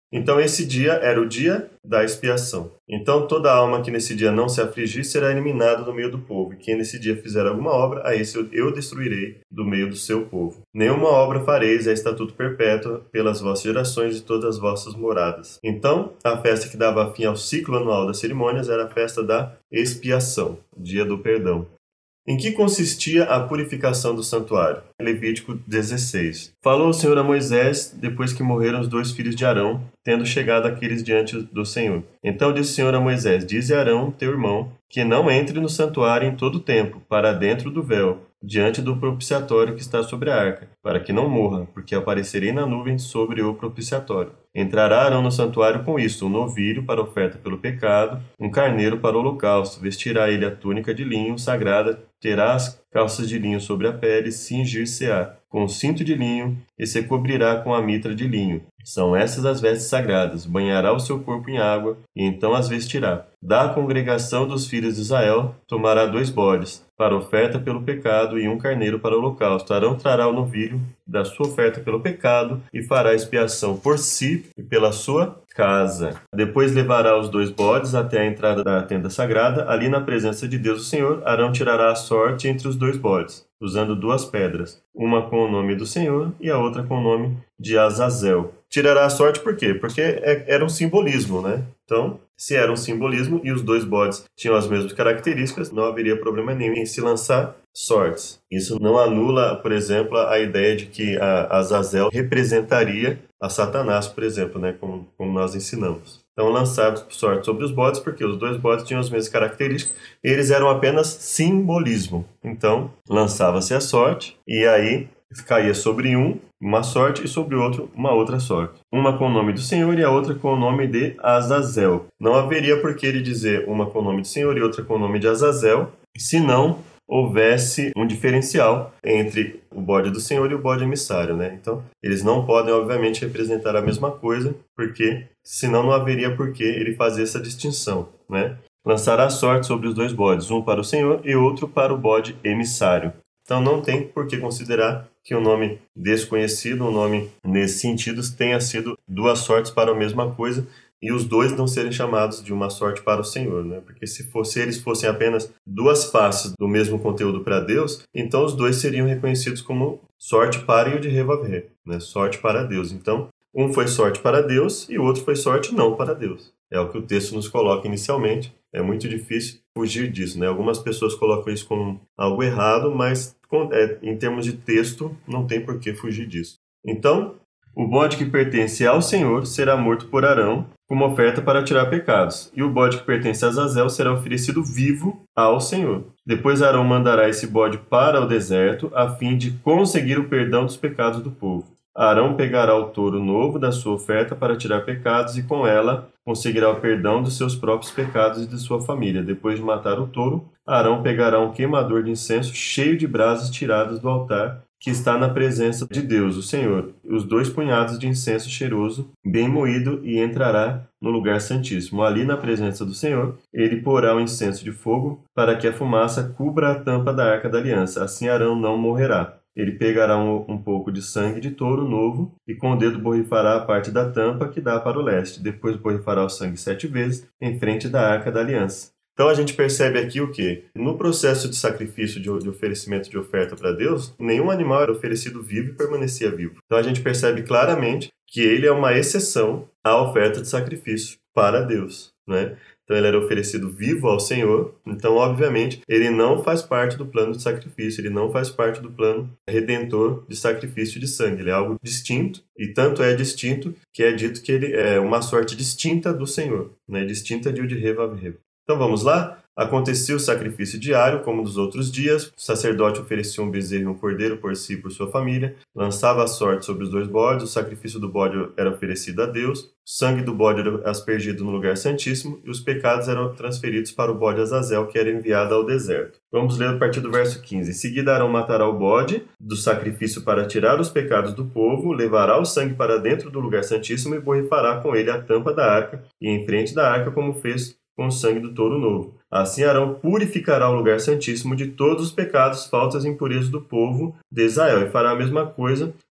Então esse dia era o dia da expiação. Então toda alma que nesse dia não se afligir será eliminada do meio do povo. E quem nesse dia fizer alguma obra, a esse eu destruirei do meio do seu povo. Nenhuma obra fareis, é estatuto perpétuo pelas vossas gerações e todas as vossas moradas. Então a festa que dava fim ao ciclo anual das cerimônias era a festa da expiação, dia do perdão. Em que consistia a purificação do santuário? Levítico dezesseis. Falou o Senhor a Moisés, depois que morreram os dois filhos de Arão, tendo chegado aqueles diante do Senhor. Então disse o Senhor a Moisés, dize a Arão, teu irmão, que não entre no santuário em todo o tempo, para dentro do véu, diante do propiciatório que está sobre a arca, para que não morra, porque aparecerei na nuvem sobre o propiciatório. Entrará Arão no santuário com isto, um novilho para oferta pelo pecado, um carneiro para o holocausto, vestirá ele a túnica de linho sagrada, terá as calças de linho sobre a pele, cingir-se-á com o cinto de linho e se cobrirá com a mitra de linho. São essas as vestes sagradas. Banhará o seu corpo em água e então as vestirá. Da congregação dos filhos de Israel tomará dois bodes para oferta pelo pecado e um carneiro para o holocausto. Arão trará o novilho da sua oferta pelo pecado e fará expiação por si e pela sua casa. Depois levará os dois bodes até a entrada da tenda sagrada. Ali na presença de Deus o Senhor, Arão tirará a sorte entre os dois bodes, usando duas pedras, uma com o nome do Senhor e a outra com o nome de Azazel. Tirará a sorte por quê? Porque era um simbolismo, né? Então, se era um simbolismo e os dois bodes tinham as mesmas características, não haveria problema nenhum em se lançar sortes. Isso não anula, por exemplo, a ideia de que a Azazel representaria a Satanás, por exemplo, né? Como, como nós ensinamos. Então, lançaram sorte sobre os bodes, porque os dois bodes tinham as mesmas características, e eles eram apenas simbolismo. Então, lançava-se a sorte, e aí caía sobre um uma sorte e sobre o outro uma outra sorte. Uma com o nome do Senhor e a outra com o nome de Azazel. Não haveria por que ele dizer uma com o nome do Senhor e outra com o nome de Azazel, se não houvesse um diferencial entre o bode do Senhor e o bode emissário, né? Então, eles não podem, obviamente, representar a mesma coisa, porque senão não haveria por que ele fazer essa distinção, né? Lançará sorte sobre os dois bodes, um para o Senhor e outro para o bode emissário. Então, não tem por que considerar que o nome desconhecido, o nome nesse sentido, tenha sido duas sortes para a mesma coisa, e os dois não serem chamados de uma sorte para o Senhor, né? Porque se, fosse, eles fossem apenas duas faces do mesmo conteúdo para Deus, então os dois seriam reconhecidos como sorte para e o de Revaver, né? Sorte para Deus. Então, um foi sorte para Deus e o outro foi sorte não para Deus. É o que o texto nos coloca inicialmente. É muito difícil fugir disso, né? Algumas pessoas colocam isso como algo errado, mas é, em termos de texto, não tem por que fugir disso. Então, o bode que pertence ao Senhor será morto por Arão como oferta para tirar pecados, e o bode que pertence a Azazel será oferecido vivo ao Senhor. Depois Arão mandará esse bode para o deserto, a fim de conseguir o perdão dos pecados do povo. Arão pegará o touro novo da sua oferta para tirar pecados e com ela conseguirá o perdão dos seus próprios pecados e de sua família. Depois de matar o touro, Arão pegará um queimador de incenso cheio de brasas tiradas do altar que está na presença de Deus, o Senhor, os dois punhados de incenso cheiroso, bem moído, e entrará no lugar santíssimo. Ali na presença do Senhor, ele porá o incenso de fogo para que a fumaça cubra a tampa da arca da aliança. Assim Arão não morrerá. Ele pegará um, um pouco de sangue de touro novo e com o dedo borrifará a parte da tampa que dá para o leste. Depois borrifará o sangue sete vezes em frente da arca da aliança. Então a gente percebe aqui o quê? No processo de sacrifício, de, de oferecimento de oferta para Deus, nenhum animal era oferecido vivo e permanecia vivo. Então a gente percebe claramente que ele é uma exceção à oferta de sacrifício para Deus, né? Então ele era oferecido vivo ao Senhor, então obviamente ele não faz parte do plano de sacrifício, ele não faz parte do plano redentor de sacrifício de sangue, ele é algo distinto, e tanto é distinto que é dito que ele é uma sorte distinta do Senhor, né? Distinta de o de Revav. Então vamos lá? Acontecia o sacrifício diário, como dos outros dias. O sacerdote oferecia um bezerro e um cordeiro por si e por sua família, lançava a sorte sobre os dois bodes, o sacrifício do bode era oferecido a Deus, o sangue do bode era aspergido no lugar santíssimo e os pecados eram transferidos para o bode Azazel, que era enviado ao deserto. Vamos ler a partir do verso quinze. Em seguida Arão matará o bode do sacrifício para tirar os pecados do povo, levará o sangue para dentro do lugar santíssimo e borrifará com ele a tampa da arca e em frente da arca, como fez com o sangue do touro novo. Assim Arão purificará o lugar santíssimo de todos os pecados, faltas e impurezas do povo de Israel, e fará a mesma coisa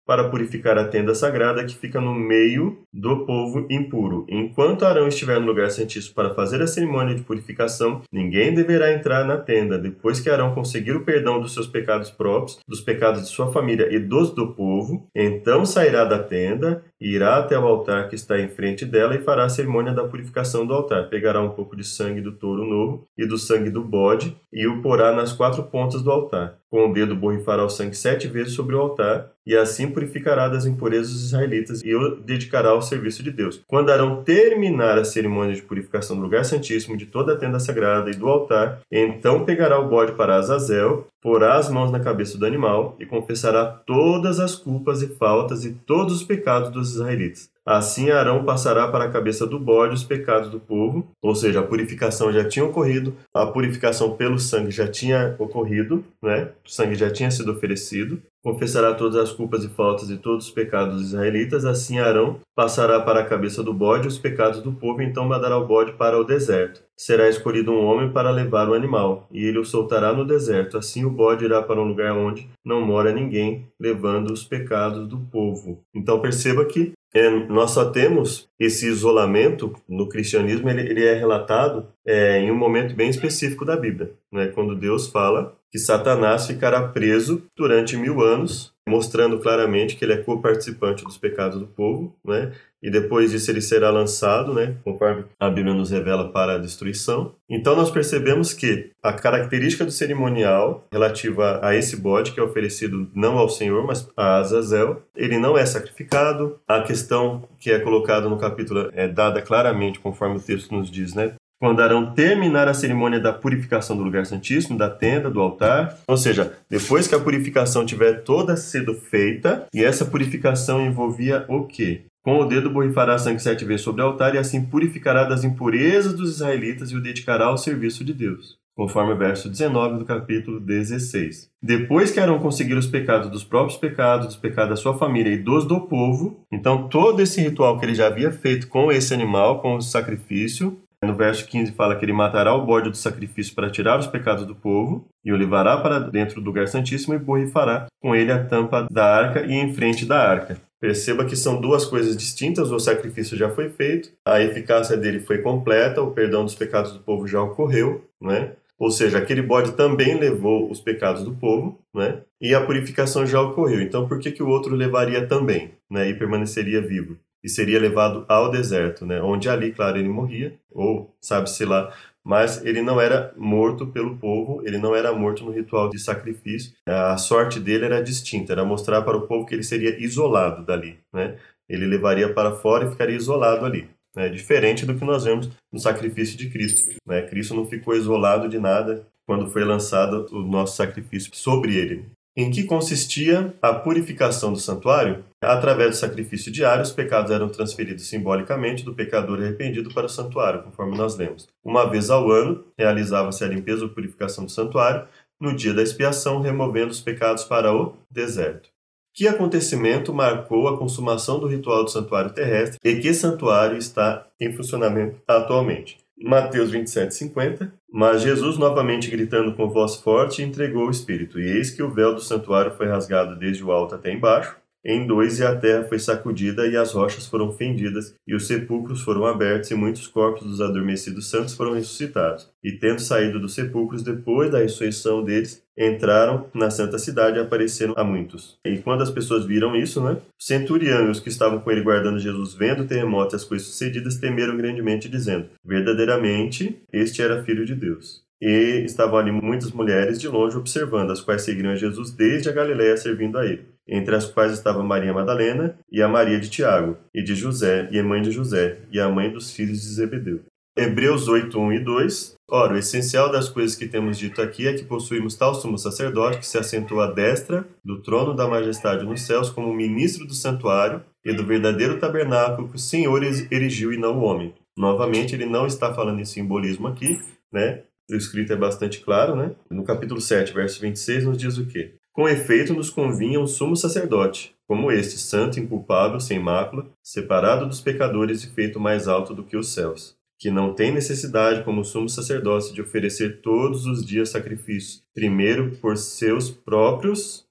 para purificar a tenda sagrada que fica no meio do povo impuro. Enquanto Arão estiver no lugar santíssimo para fazer a cerimônia de purificação, ninguém deverá entrar na tenda. Depois que Arão conseguir o perdão dos seus pecados próprios, dos pecados de sua família e dos do povo, então sairá da tenda, irá até o altar que está em frente dela e fará a cerimônia da purificação do altar. Pegará um pouco de sangue do touro novo e do sangue do bode e o porá nas quatro pontas do altar. Com o dedo borrifará o sangue sete vezes sobre o altar, e assim purificará das impurezas os israelitas e o dedicará ao serviço de Deus. Quando Arão terminar a cerimônia de purificação do lugar santíssimo, de toda a tenda sagrada e do altar, então pegará o bode para Azazel, porá as mãos na cabeça do animal e confessará todas as culpas e faltas e todos os pecados dos israelitas. Assim Arão passará para a cabeça do bode os pecados do povo, ou seja, a purificação já tinha ocorrido, a purificação pelo sangue já tinha ocorrido, né? O sangue já tinha sido oferecido. Confessará todas as culpas e faltas e todos os pecados dos israelitas. Assim Arão passará para a cabeça do bode os pecados do povo, e então mandará o bode para o deserto. Será escolhido um homem para levar o animal, e ele o soltará no deserto. Assim o bode irá para um lugar onde não mora ninguém, levando os pecados do povo. Então perceba que é, nós só temos esse isolamento no cristianismo, ele, ele é relatado é, em um momento bem específico da Bíblia, né? Quando Deus fala que Satanás ficará preso durante mil anos, mostrando claramente que ele é co-participante dos pecados do povo, né? E depois disso ele será lançado, né? Conforme a Bíblia nos revela, para a destruição. Então nós percebemos que a característica do cerimonial relativa a esse bode, que é oferecido não ao Senhor, mas a Azazel, ele não é sacrificado. A questão que é colocada no capítulo é dada claramente, conforme o texto nos diz, né? Quando Arão terminar a cerimônia da purificação do lugar santíssimo, da tenda, do altar, ou seja, depois que a purificação tiver toda sido feita, e essa purificação envolvia o quê? Com o dedo borrifará sangue sete vezes sobre o altar, e assim purificará das impurezas dos israelitas e o dedicará ao serviço de Deus, conforme o verso dezenove do capítulo dezesseis. Depois que Arão conseguir os pecados dos próprios pecados, dos pecados da sua família e dos do povo, então todo esse ritual que ele já havia feito com esse animal, com o sacrifício, no verso quinze fala que ele matará o bode do sacrifício para tirar os pecados do povo e o levará para dentro do lugar santíssimo e borrifará com ele a tampa da arca e em frente da arca. Perceba que são duas coisas distintas. O sacrifício já foi feito, a eficácia dele foi completa, o perdão dos pecados do povo já ocorreu, né? Ou seja, aquele bode também levou os pecados do povo, né? E a purificação já ocorreu. Então por que que o outro levaria também, né? E permaneceria vivo? E seria levado ao deserto, né? Onde ali, claro, ele morria, ou sabe-se lá, mas ele não era morto pelo povo, ele não era morto no ritual de sacrifício. A sorte dele era distinta, era mostrar para o povo que ele seria isolado dali, né? Ele levaria para fora e ficaria isolado ali, né? Diferente do que nós vemos no sacrifício de Cristo, né? Cristo não ficou isolado de nada quando foi lançado o nosso sacrifício sobre ele. Em que consistia a purificação do santuário? Através do sacrifício diário, os pecados eram transferidos simbolicamente do pecador arrependido para o santuário, conforme nós lemos. Uma vez ao ano, realizava-se a limpeza ou purificação do santuário, no dia da expiação, removendo os pecados para o deserto. Que acontecimento marcou a consumação do ritual do santuário terrestre e que santuário está em funcionamento atualmente? Mateus vinte e sete, cinquenta. Mas Jesus, novamente gritando com voz forte, entregou o Espírito. E eis que o véu do santuário foi rasgado desde o alto até embaixo, em dois, e a terra foi sacudida, e as rochas foram fendidas, e os sepulcros foram abertos, e muitos corpos dos adormecidos santos foram ressuscitados. E tendo saído dos sepulcros, depois da ressurreição deles, entraram na santa cidade e apareceram a muitos. E quando as pessoas viram isso, né, o centurião e os que estavam com ele guardando Jesus, vendo o terremoto e as coisas sucedidas, temeram grandemente, dizendo: verdadeiramente, este era filho de Deus. E estavam ali muitas mulheres de longe observando, as quais seguiram a Jesus desde a Galiléia servindo a ele, entre as quais estava Maria Madalena e a Maria de Tiago, e de José, e a mãe de José, e a mãe dos filhos de Zebedeu. Hebreus oito, um e dois. Ora, o essencial das coisas que temos dito aqui é que possuímos tal sumo sacerdote que se assentou à destra do trono da majestade nos céus como ministro do santuário e do verdadeiro tabernáculo que o Senhor erigiu e não o homem. Novamente, ele não está falando em simbolismo aqui, né? O escrito é bastante claro, né? No capítulo sete, verso vinte e seis, nos diz o quê? Com efeito, nos convinha um sumo sacerdote, como este, santo, inculpável, sem mácula, separado dos pecadores e feito mais alto do que os céus, que não tem necessidade, como sumo sacerdócio, de oferecer todos os dias sacrifícios, primeiro por seus próprios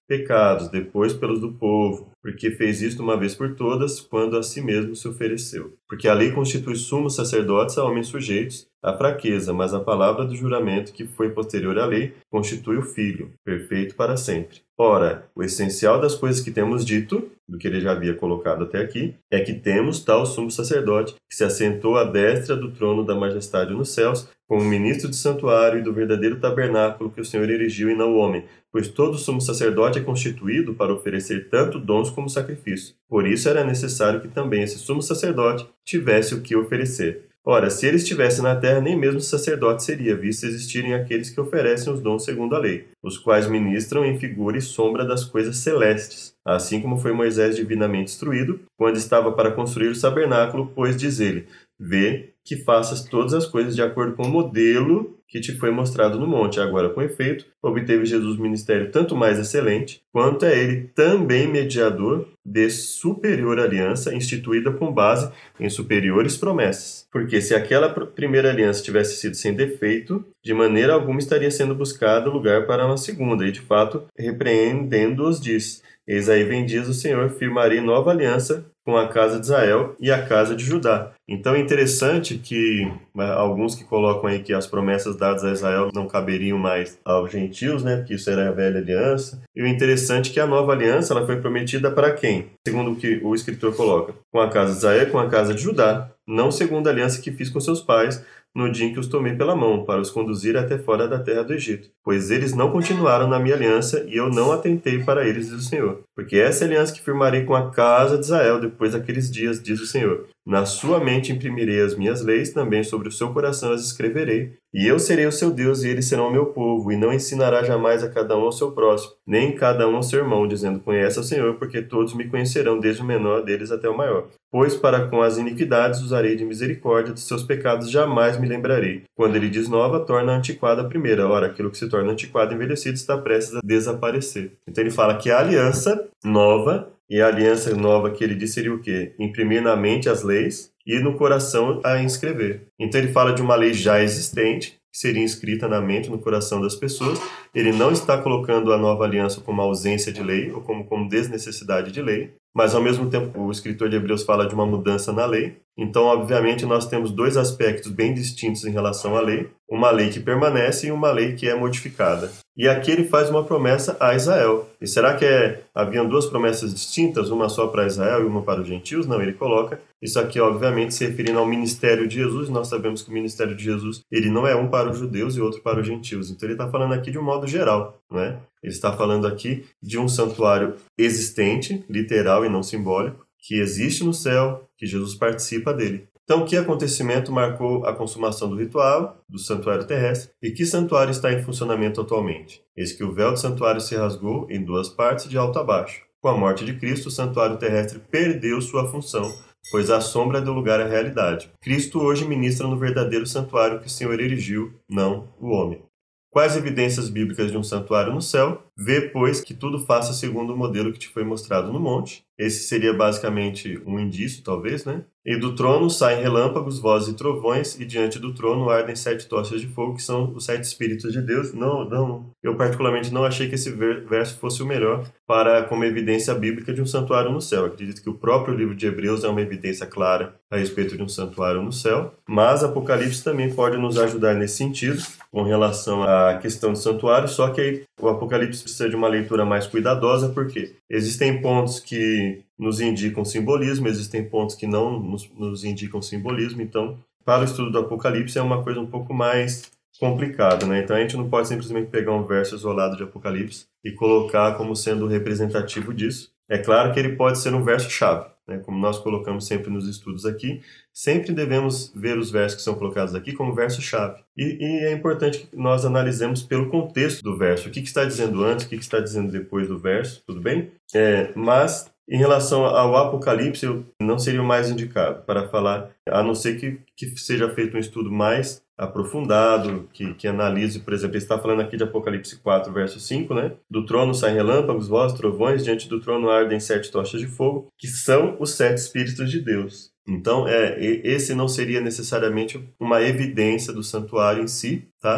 pecados, depois pelos do povo, porque fez isto uma vez por todas, quando a si mesmo se ofereceu. Porque a lei constitui sumos sacerdotes a homens sujeitos à fraqueza, mas a palavra do juramento, que foi posterior à lei, constitui o Filho, perfeito para sempre. Ora, o essencial das coisas que temos dito, do que ele já havia colocado até aqui, é que temos tal sumo sacerdote, que se assentou à destra do trono da majestade nos céus, como ministro do santuário e do verdadeiro tabernáculo que o Senhor erigiu e não o homem, pois todo sumo sacerdote é constituído para oferecer tanto dons como sacrifício. Por isso era necessário que também esse sumo sacerdote tivesse o que oferecer. Ora, se ele estivesse na terra, nem mesmo sacerdote seria, visto existirem aqueles que oferecem os dons segundo a lei, os quais ministram em figura e sombra das coisas celestes, assim como foi Moisés divinamente instruído, quando estava para construir o tabernáculo, pois diz ele, vê que faças todas as coisas de acordo com o modelo que te foi mostrado no monte. Agora, com efeito, obteve Jesus ministério tanto mais excelente, quanto é ele também mediador de superior aliança, instituída com base em superiores promessas. Porque se aquela primeira aliança tivesse sido sem defeito, de maneira alguma estaria sendo buscado lugar para uma segunda, e de fato, repreendendo-os, diz, eis aí vem dias o Senhor, firmarei nova aliança com a casa de Israel e a casa de Judá. Então é interessante que alguns que colocam aí que as promessas dadas a Israel não caberiam mais aos gentios, né? Porque isso era a velha aliança. E o interessante é que a nova aliança ela foi prometida para quem? Segundo o que o escritor coloca. Com a casa de Israel e com a casa de Judá. Não segundo a aliança que fiz com seus pais, no dia em que os tomei pela mão, para os conduzir até fora da terra do Egito. Pois eles não continuaram na minha aliança, e eu não atentei para eles, diz o Senhor. Porque essa é a aliança que firmarei com a casa de Israel depois daqueles dias, diz o Senhor. Na sua mente imprimirei as minhas leis, também sobre o seu coração as escreverei. E eu serei o seu Deus, e eles serão o meu povo, e não ensinará jamais a cada um ao seu próximo, nem cada um ao seu irmão, dizendo, conhece o Senhor, porque todos me conhecerão, desde o menor deles até o maior. Pois para com as iniquidades usarei de misericórdia, dos seus pecados jamais me lembrarei. Quando ele diz nova, torna antiquada a primeira. Ora, aquilo que se torna antiquado e envelhecido está prestes a desaparecer. Então ele fala que a aliança nova, e a aliança nova que ele diz seria o quê? Imprimir na mente as leis e no coração a inscrever. Então ele fala de uma lei já existente, que seria inscrita na mente, no coração das pessoas. Ele não está colocando a nova aliança como ausência de lei, ou como, como desnecessidade de lei, mas ao mesmo tempo o escritor de Hebreus fala de uma mudança na lei. Então, obviamente, nós temos dois aspectos bem distintos em relação à lei. Uma lei que permanece e uma lei que é modificada. E aqui ele faz uma promessa a Israel. E será que é, haviam duas promessas distintas, uma só para Israel e uma para os gentios? Não, ele coloca isso aqui, obviamente, se referindo ao ministério de Jesus. Nós sabemos que o ministério de Jesus ele não é um para os judeus e outro para os gentios. Então, ele está falando aqui de um modo geral, não é? Ele está falando aqui de um santuário existente, literal e não simbólico, que existe no céu, que Jesus participa dele. Então, que acontecimento marcou a consumação do ritual do santuário terrestre e que santuário está em funcionamento atualmente? Eis que o véu do santuário se rasgou em duas partes, de alto a baixo. Com a morte de Cristo, o santuário terrestre perdeu sua função, pois a sombra deu lugar à realidade. Cristo hoje ministra no verdadeiro santuário que o Senhor erigiu, não o homem. Quais evidências bíblicas de um santuário no céu? Vê, pois, que tudo faça segundo o modelo que te foi mostrado no monte. Esse seria basicamente um indício, talvez, né? E do trono saem relâmpagos, vozes e trovões, e diante do trono ardem sete tochas de fogo, que são os sete Espíritos de Deus. Não, não, eu particularmente não achei que esse verso fosse o melhor para como evidência bíblica de um santuário no céu. Eu acredito que o próprio livro de Hebreus é uma evidência clara a respeito de um santuário no céu, mas Apocalipse também pode nos ajudar nesse sentido, com relação à questão do santuário, só que aí o Apocalipse precisa de uma leitura mais cuidadosa, porque existem pontos que nos indicam simbolismo, existem pontos que não nos, nos indicam simbolismo, então, para o estudo do Apocalipse é uma coisa um pouco mais complicada, né? Então a gente não pode simplesmente pegar um verso isolado de Apocalipse e colocar como sendo representativo disso. É claro que ele pode ser um verso-chave, né? Como nós colocamos sempre nos estudos aqui, sempre devemos ver os versos que são colocados aqui como verso-chave. E, e é importante que nós analisemos pelo contexto do verso, o que, que está dizendo antes, o que, que está dizendo depois do verso, tudo bem? É, mas, em relação ao Apocalipse, eu não seria o mais indicado para falar, a não ser que, que seja feito um estudo mais aprofundado, que, que analise, por exemplo, ele está falando aqui de Apocalipse quatro, verso cinco, né? Do trono saem relâmpagos, vozes, trovões, diante do trono ardem sete tochas de fogo, que são os sete Espíritos de Deus. Então, é, esse não seria necessariamente uma evidência do santuário em si, tá?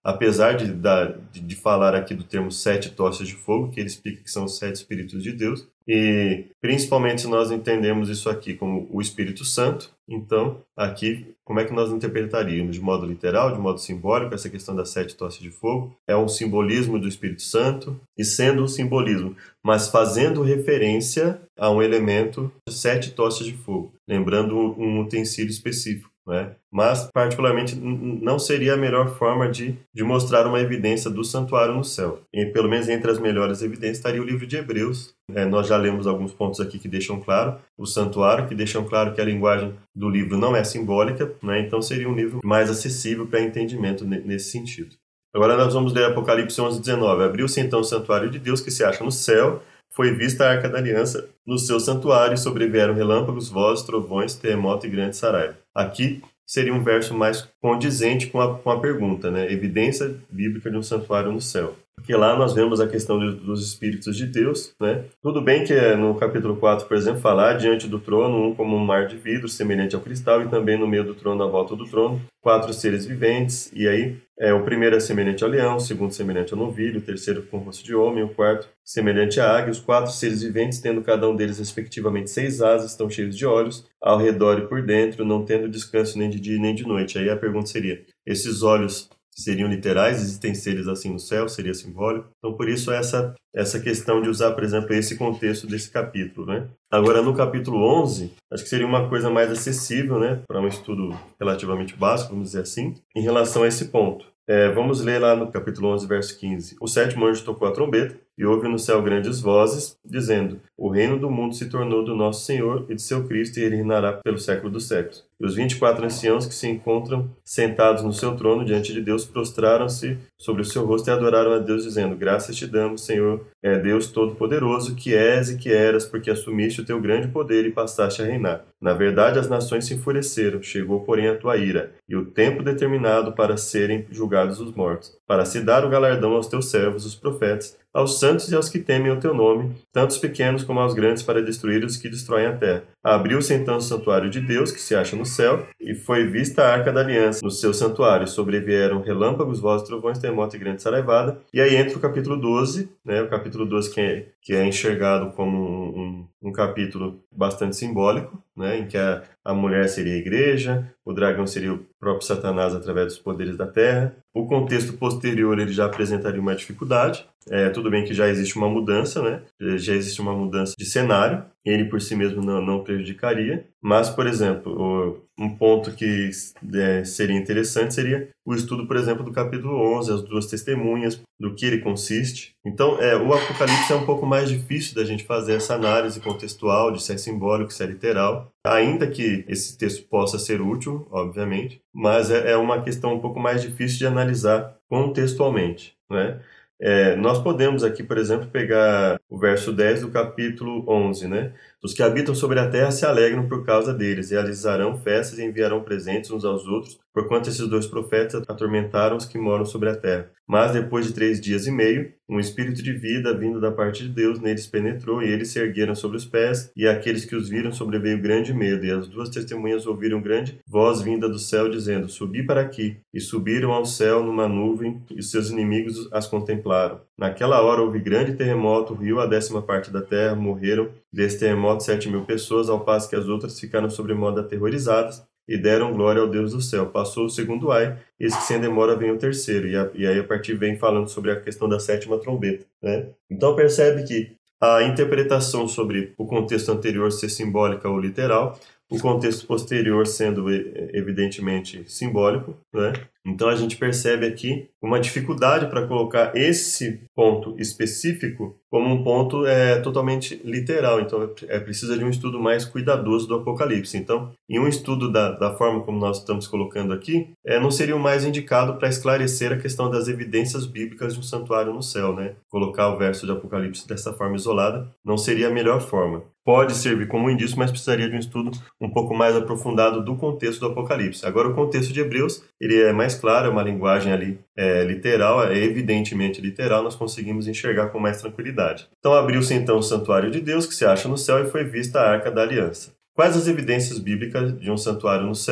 apesar de, dar, de, de falar aqui do termo sete tochas de fogo, que ele explica que são os sete Espíritos de Deus, e principalmente se nós entendemos isso aqui como o Espírito Santo, então aqui como é que nós interpretaríamos? De modo literal, de modo simbólico, essa questão das sete tochas de fogo é um simbolismo do Espírito Santo, e sendo um simbolismo, mas fazendo referência a um elemento de sete tochas de fogo, lembrando um utensílio específico. Né? Mas, particularmente, não seria a melhor forma de, de mostrar uma evidência do santuário no céu. E, pelo menos entre as melhores evidências estaria o livro de Hebreus. É, nós já lemos alguns pontos aqui que deixam claro o santuário, que deixam claro que a linguagem do livro não é simbólica, né? Então seria um livro mais acessível para entendimento nesse sentido. Agora nós vamos ler Apocalipse onze, dezenove. Abriu-se então o santuário de Deus que se acha no céu, foi vista a Arca da Aliança no seu santuário, e sobrevieram relâmpagos, vozes, trovões, terremoto e grande saraiva. Aqui seria um verso mais condizente com a, com a pergunta, né? Evidência bíblica de um santuário no céu. Porque lá nós vemos a questão de, dos Espíritos de Deus, né? Tudo bem que no capítulo quatro, por exemplo, falar diante do trono, um como um mar de vidro, semelhante ao cristal, e também no meio do trono, à volta do trono, quatro seres viventes, e aí é, o primeiro é semelhante ao leão, o segundo semelhante ao novilho, o terceiro com rosto de homem, o quarto semelhante à águia, os quatro seres viventes, tendo cada um deles respectivamente seis asas, estão cheios de olhos, ao redor e por dentro, não tendo descanso nem de dia nem de noite. Aí a pergunta seria, esses olhos seriam literais? Existem seres assim no céu? Seria simbólico? Então, por isso, essa, essa questão de usar, por exemplo, esse contexto desse capítulo, né? Agora, no capítulo onze, acho que seria uma coisa mais acessível, né? Para um estudo relativamente básico, vamos dizer assim, em relação a esse ponto. É, vamos ler lá no capítulo onze, verso quinze. O sétimo anjo tocou a trombeta, e houve no céu grandes vozes, dizendo, o reino do mundo se tornou do nosso Senhor e de seu Cristo, e ele reinará pelo século dos séculos. E os vinte e quatro anciãos que se encontram sentados no seu trono diante de Deus prostraram-se sobre o seu rosto e adoraram a Deus, dizendo, graças te damos, Senhor, é Deus Todo-Poderoso, que és e que eras, porque assumiste o teu grande poder e passaste a reinar. Na verdade, as nações se enfureceram, chegou, porém, a tua ira, e o tempo determinado para serem julgados os mortos, para se dar o galardão aos teus servos, os profetas, aos santos e aos que temem o teu nome, tanto os pequenos como aos grandes, para destruir os que destroem a terra. Abriu-se então o santuário de Deus, que se acha no céu, e foi vista a Arca da Aliança no seu santuário. Sobrevieram relâmpagos, vozes, trovões, terremoto e grande saraivada. E aí entra o capítulo doze, né? O capítulo doze que é, que é enxergado como um, um, um capítulo bastante simbólico, né? Em que a, a mulher seria a igreja, o dragão seria o próprio Satanás através dos poderes da terra. O contexto posterior ele já apresentaria uma dificuldade. É, tudo bem que já existe uma mudança, né? Já existe uma mudança de cenário, ele por si mesmo não, não prejudicaria, mas, por exemplo, um ponto que é, seria interessante seria o estudo, por exemplo, do capítulo onze, as duas testemunhas, do que ele consiste. Então, é, o Apocalipse é um pouco mais difícil da gente fazer essa análise contextual, de se é simbólico, se é literal, ainda que esse texto possa ser útil, obviamente, mas é, é uma questão um pouco mais difícil de analisar contextualmente, né? É, nós podemos aqui, por exemplo, pegar o verso dez do capítulo onze, né? Os que habitam sobre a terra se alegram por causa deles, realizarão festas e enviarão presentes uns aos outros, porquanto esses dois profetas atormentaram os que moram sobre a terra. Mas depois de três dias e meio, um espírito de vida vindo da parte de Deus neles penetrou, e eles se ergueram sobre os pés, e àqueles que os viram sobreveio grande medo, e as duas testemunhas ouviram grande voz vinda do céu, dizendo, subi para aqui, e subiram ao céu numa nuvem, e seus inimigos as contemplaram. Naquela hora houve grande terremoto, riu a décima parte da terra, morreram desse terremoto sete mil pessoas, ao passo que as outras ficaram sobremodo aterrorizadas, e deram glória ao Deus do céu. Passou o segundo ai, eis que sem demora vem o terceiro. E, a, e aí a partir vem falando sobre a questão da sétima trombeta, né? Então percebe que a interpretação sobre o contexto anterior ser simbólica ou literal, o contexto posterior sendo evidentemente simbólico, né? Então a gente percebe aqui uma dificuldade para colocar esse ponto específico como um ponto é, totalmente literal. Então é precisa de um estudo mais cuidadoso do Apocalipse. Então, em um estudo da, da forma como nós estamos colocando aqui, é, não seria o mais indicado para esclarecer a questão das evidências bíblicas de um santuário no céu, né? Colocar o verso de Apocalipse dessa forma isolada não seria a melhor forma. Pode servir como indício, mas precisaria de um estudo um pouco mais aprofundado do contexto do Apocalipse. Agora, o contexto de Hebreus, ele é mais claro, é uma linguagem ali é, literal, é evidentemente literal, nós conseguimos enxergar com mais tranquilidade. Então, abriu-se então o santuário de Deus, que se acha no céu, e foi vista a Arca da Aliança. Quais as evidências bíblicas de um santuário no céu?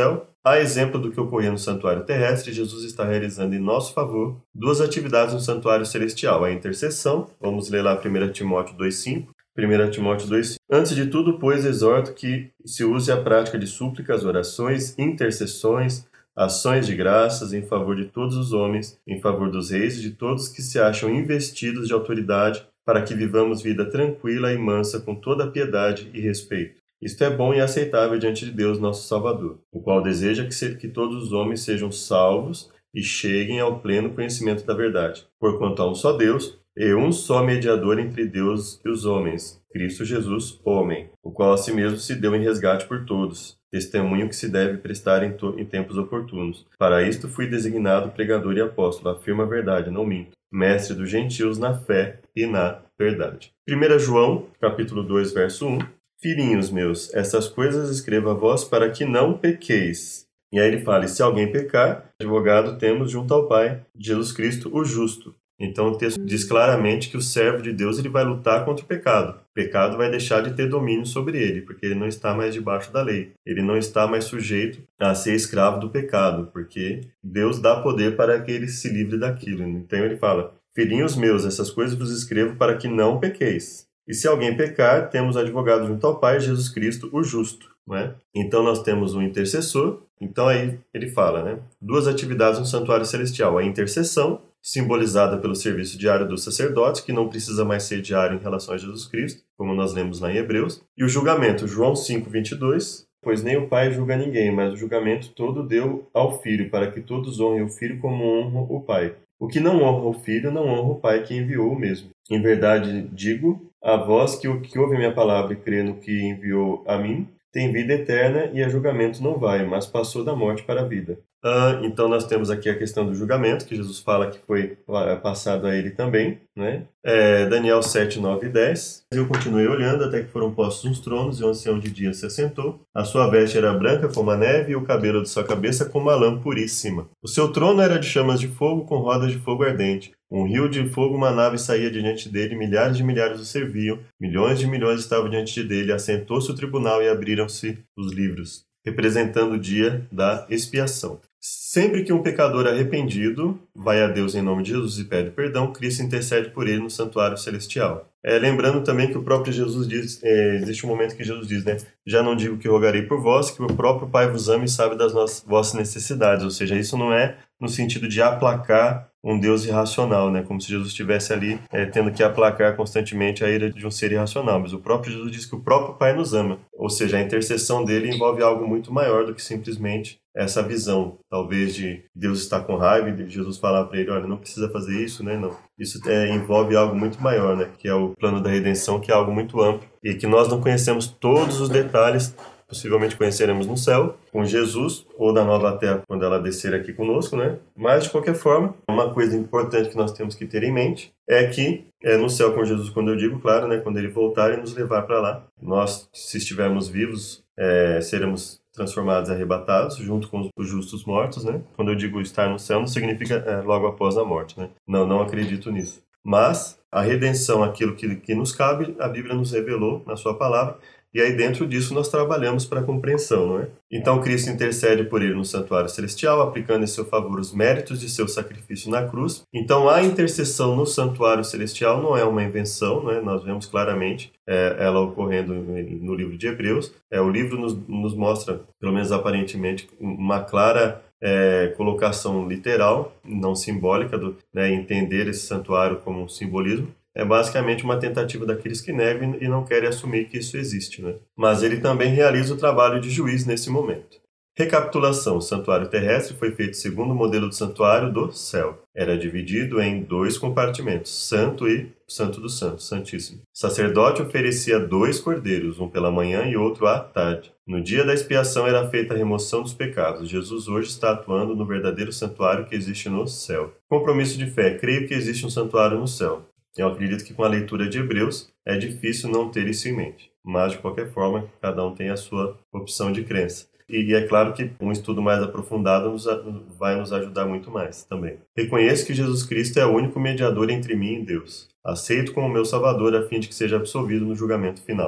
A exemplo do que ocorria no santuário terrestre, Jesus está realizando em nosso favor duas atividades no santuário celestial: a intercessão, vamos ler lá primeira Timóteo dois, cinco. primeira Timóteo dois, cinco. Antes de tudo, pois, exorto que se use a prática de súplicas, orações, intercessões, ações de graças em favor de todos os homens, em favor dos reis e de todos que se acham investidos de autoridade, para que vivamos vida tranquila e mansa com toda piedade e respeito. Isto é bom e aceitável diante de Deus, nosso Salvador, o qual deseja que, se, que todos os homens sejam salvos e cheguem ao pleno conhecimento da verdade. Porquanto há um só Deus e um só mediador entre Deus e os homens, Cristo Jesus, homem, o qual a si mesmo se deu em resgate por todos, testemunho que se deve prestar em, to- em tempos oportunos. Para isto fui designado pregador e apóstolo, afirma a verdade, não minto, mestre dos gentios na fé e na verdade. primeira João, capítulo dois, verso um. Filhinhos meus, essas coisas escrevo a vós para que não pequeis. E aí ele fala, e se alguém pecar, advogado temos junto ao Pai, Jesus Cristo, o justo. Então o texto diz claramente que o servo de Deus ele vai lutar contra o pecado. O pecado vai deixar de ter domínio sobre ele, porque ele não está mais debaixo da lei. Ele não está mais sujeito a ser escravo do pecado, porque Deus dá poder para que ele se livre daquilo. Então ele fala, filhinhos meus, essas coisas vos escrevo para que não pequeis. E se alguém pecar, temos advogado junto ao Pai, Jesus Cristo, o justo. Não é? Então nós temos um intercessor. Então aí ele fala, né? Duas atividades no santuário celestial. A intercessão, simbolizada pelo serviço diário do sacerdote, que não precisa mais ser diário em relação a Jesus Cristo, como nós lemos lá em Hebreus. E o julgamento, João cinco, vinte e dois. Pois nem o Pai julga ninguém, mas o julgamento todo deu ao Filho, para que todos honrem o Filho como honram o Pai. O que não honra o Filho, não honra o Pai que enviou o mesmo. Em verdade digo a vós que o que ouve minha palavra e crê no que enviou a mim, tem vida eterna e a julgamento não vai, mas passou da morte para a vida. Ah, então nós temos aqui a questão do julgamento, que Jesus fala que foi passado a ele também, né? É, Daniel sete, nove e dez. Eu continuei olhando até que foram postos uns tronos e o ancião de dia se assentou. A sua veste era branca como a neve e o cabelo de sua cabeça como a lã puríssima. O seu trono era de chamas de fogo com rodas de fogo ardente. Um rio de fogo, uma nave saía diante dele, milhares de milhares o serviam, milhões de milhões estavam diante dele. Assentou-se o tribunal e abriram-se os livros, representando o dia da expiação. Sempre que um pecador arrependido vai a Deus em nome de Jesus e pede perdão, Cristo intercede por ele no santuário celestial. É, lembrando também que o próprio Jesus diz, é, existe um momento que Jesus diz, né? Já não digo que rogarei por vós, que o próprio Pai vos ama e sabe das nossas, vossas necessidades. Ou seja, isso não é no sentido de aplacar um Deus irracional, né? Como se Jesus estivesse ali é, tendo que aplacar constantemente a ira de um ser irracional. Mas o próprio Jesus diz que o próprio Pai nos ama. Ou seja, a intercessão dele envolve algo muito maior do que simplesmente essa visão, talvez, de Deus estar com raiva e de Jesus falar para ele, olha, não precisa fazer isso, né? Não. Isso é, envolve algo muito maior, né? Que é o plano da redenção, que é algo muito amplo e que nós não conhecemos todos os detalhes, possivelmente conheceremos no céu, com Jesus, ou na nova terra, quando ela descer aqui conosco, né? Mas, de qualquer forma, uma coisa importante que nós temos que ter em mente é que é no céu com Jesus, quando eu digo, claro, né? Quando ele voltar e nos levar para lá, nós, se estivermos vivos, é, seremos transformados e arrebatados, junto com os justos mortos, né? Quando eu digo estar no céu, não significa é, logo após a morte, né? Não, não acredito nisso. Mas a redenção, aquilo que, que nos cabe, a Bíblia nos revelou na sua palavra, e aí dentro disso nós trabalhamos para a compreensão, não é? Então Cristo intercede por ele no santuário celestial, aplicando em seu favor os méritos de seu sacrifício na cruz. Então a intercessão no santuário celestial não é uma invenção, não é? Nós vemos claramente é, ela ocorrendo no livro de Hebreus. É, o livro nos, nos mostra, pelo menos aparentemente, uma clara é, colocação literal, não simbólica, do, né, entender esse santuário como um simbolismo. É basicamente uma tentativa daqueles que negam e não querem assumir que isso existe, né? Mas ele também realiza o trabalho de juiz nesse momento. Recapitulação: o santuário terrestre foi feito segundo o modelo do santuário do céu. Era dividido em dois compartimentos, santo e santo dos santos, santíssimo. O sacerdote oferecia dois cordeiros, um pela manhã e outro à tarde. No dia da expiação era feita a remoção dos pecados. Jesus hoje está atuando no verdadeiro santuário que existe no céu. Compromisso de fé: creio que existe um santuário no céu. Eu acredito que com a leitura de Hebreus é difícil não ter isso em mente. Mas, de qualquer forma, cada um tem a sua opção de crença. E é claro que um estudo mais aprofundado nos, vai nos ajudar muito mais também. Reconheço que Jesus Cristo é o único mediador entre mim e Deus. Aceito como meu Salvador a fim de que seja absolvido no julgamento final.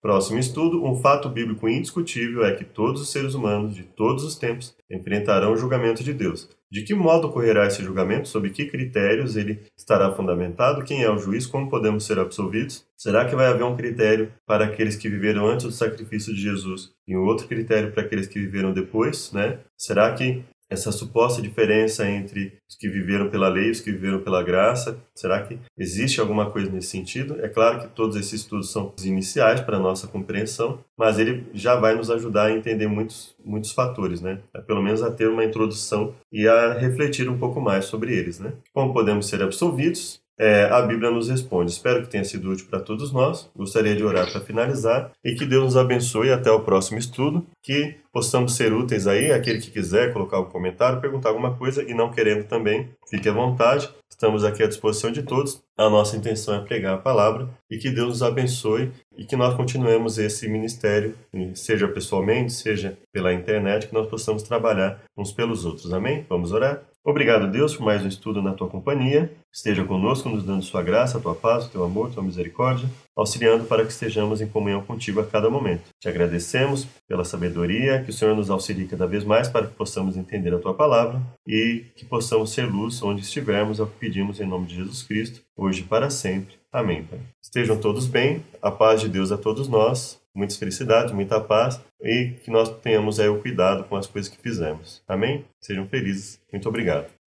Próximo estudo, um fato bíblico indiscutível é que todos os seres humanos de todos os tempos enfrentarão o julgamento de Deus. De que modo ocorrerá esse julgamento? Sob que critérios ele estará fundamentado? Quem é o juiz? Como podemos ser absolvidos? Será que vai haver um critério para aqueles que viveram antes do sacrifício de Jesus e um outro critério para aqueles que viveram depois, né? Será que essa suposta diferença entre os que viveram pela lei e os que viveram pela graça, será que existe alguma coisa nesse sentido? É claro que todos esses estudos são iniciais para a nossa compreensão, mas ele já vai nos ajudar a entender muitos, muitos fatores, né? Pelo menos a ter uma introdução e a refletir um pouco mais sobre eles, né? Como podemos ser absolvidos? É, a Bíblia nos responde. Espero que tenha sido útil para todos nós. Gostaria de orar para finalizar e que Deus nos abençoe até o próximo estudo, que possamos ser úteis aí. Aquele que quiser colocar um comentário, perguntar alguma coisa e não querendo também, fique à vontade. Estamos aqui à disposição de todos. A nossa intenção é pregar a palavra e que Deus nos abençoe e que nós continuemos esse ministério, seja pessoalmente, seja pela internet, que nós possamos trabalhar uns pelos outros. Amém? Vamos orar? Obrigado, Deus, por mais um estudo na Tua companhia. Esteja conosco, nos dando Sua graça, a Tua paz, o Teu amor, Tua misericórdia, auxiliando para que estejamos em comunhão contigo a cada momento. Te agradecemos pela sabedoria, que o Senhor nos auxilie cada vez mais para que possamos entender a Tua palavra e que possamos ser luz onde estivermos, é o que pedimos em nome de Jesus Cristo, hoje e para sempre. Amém, Pai. Estejam todos bem, a paz de Deus a todos nós, muitas felicidades, muita paz e que nós tenhamos aí o cuidado com as coisas que fizemos. Amém? Sejam felizes. Muito obrigado.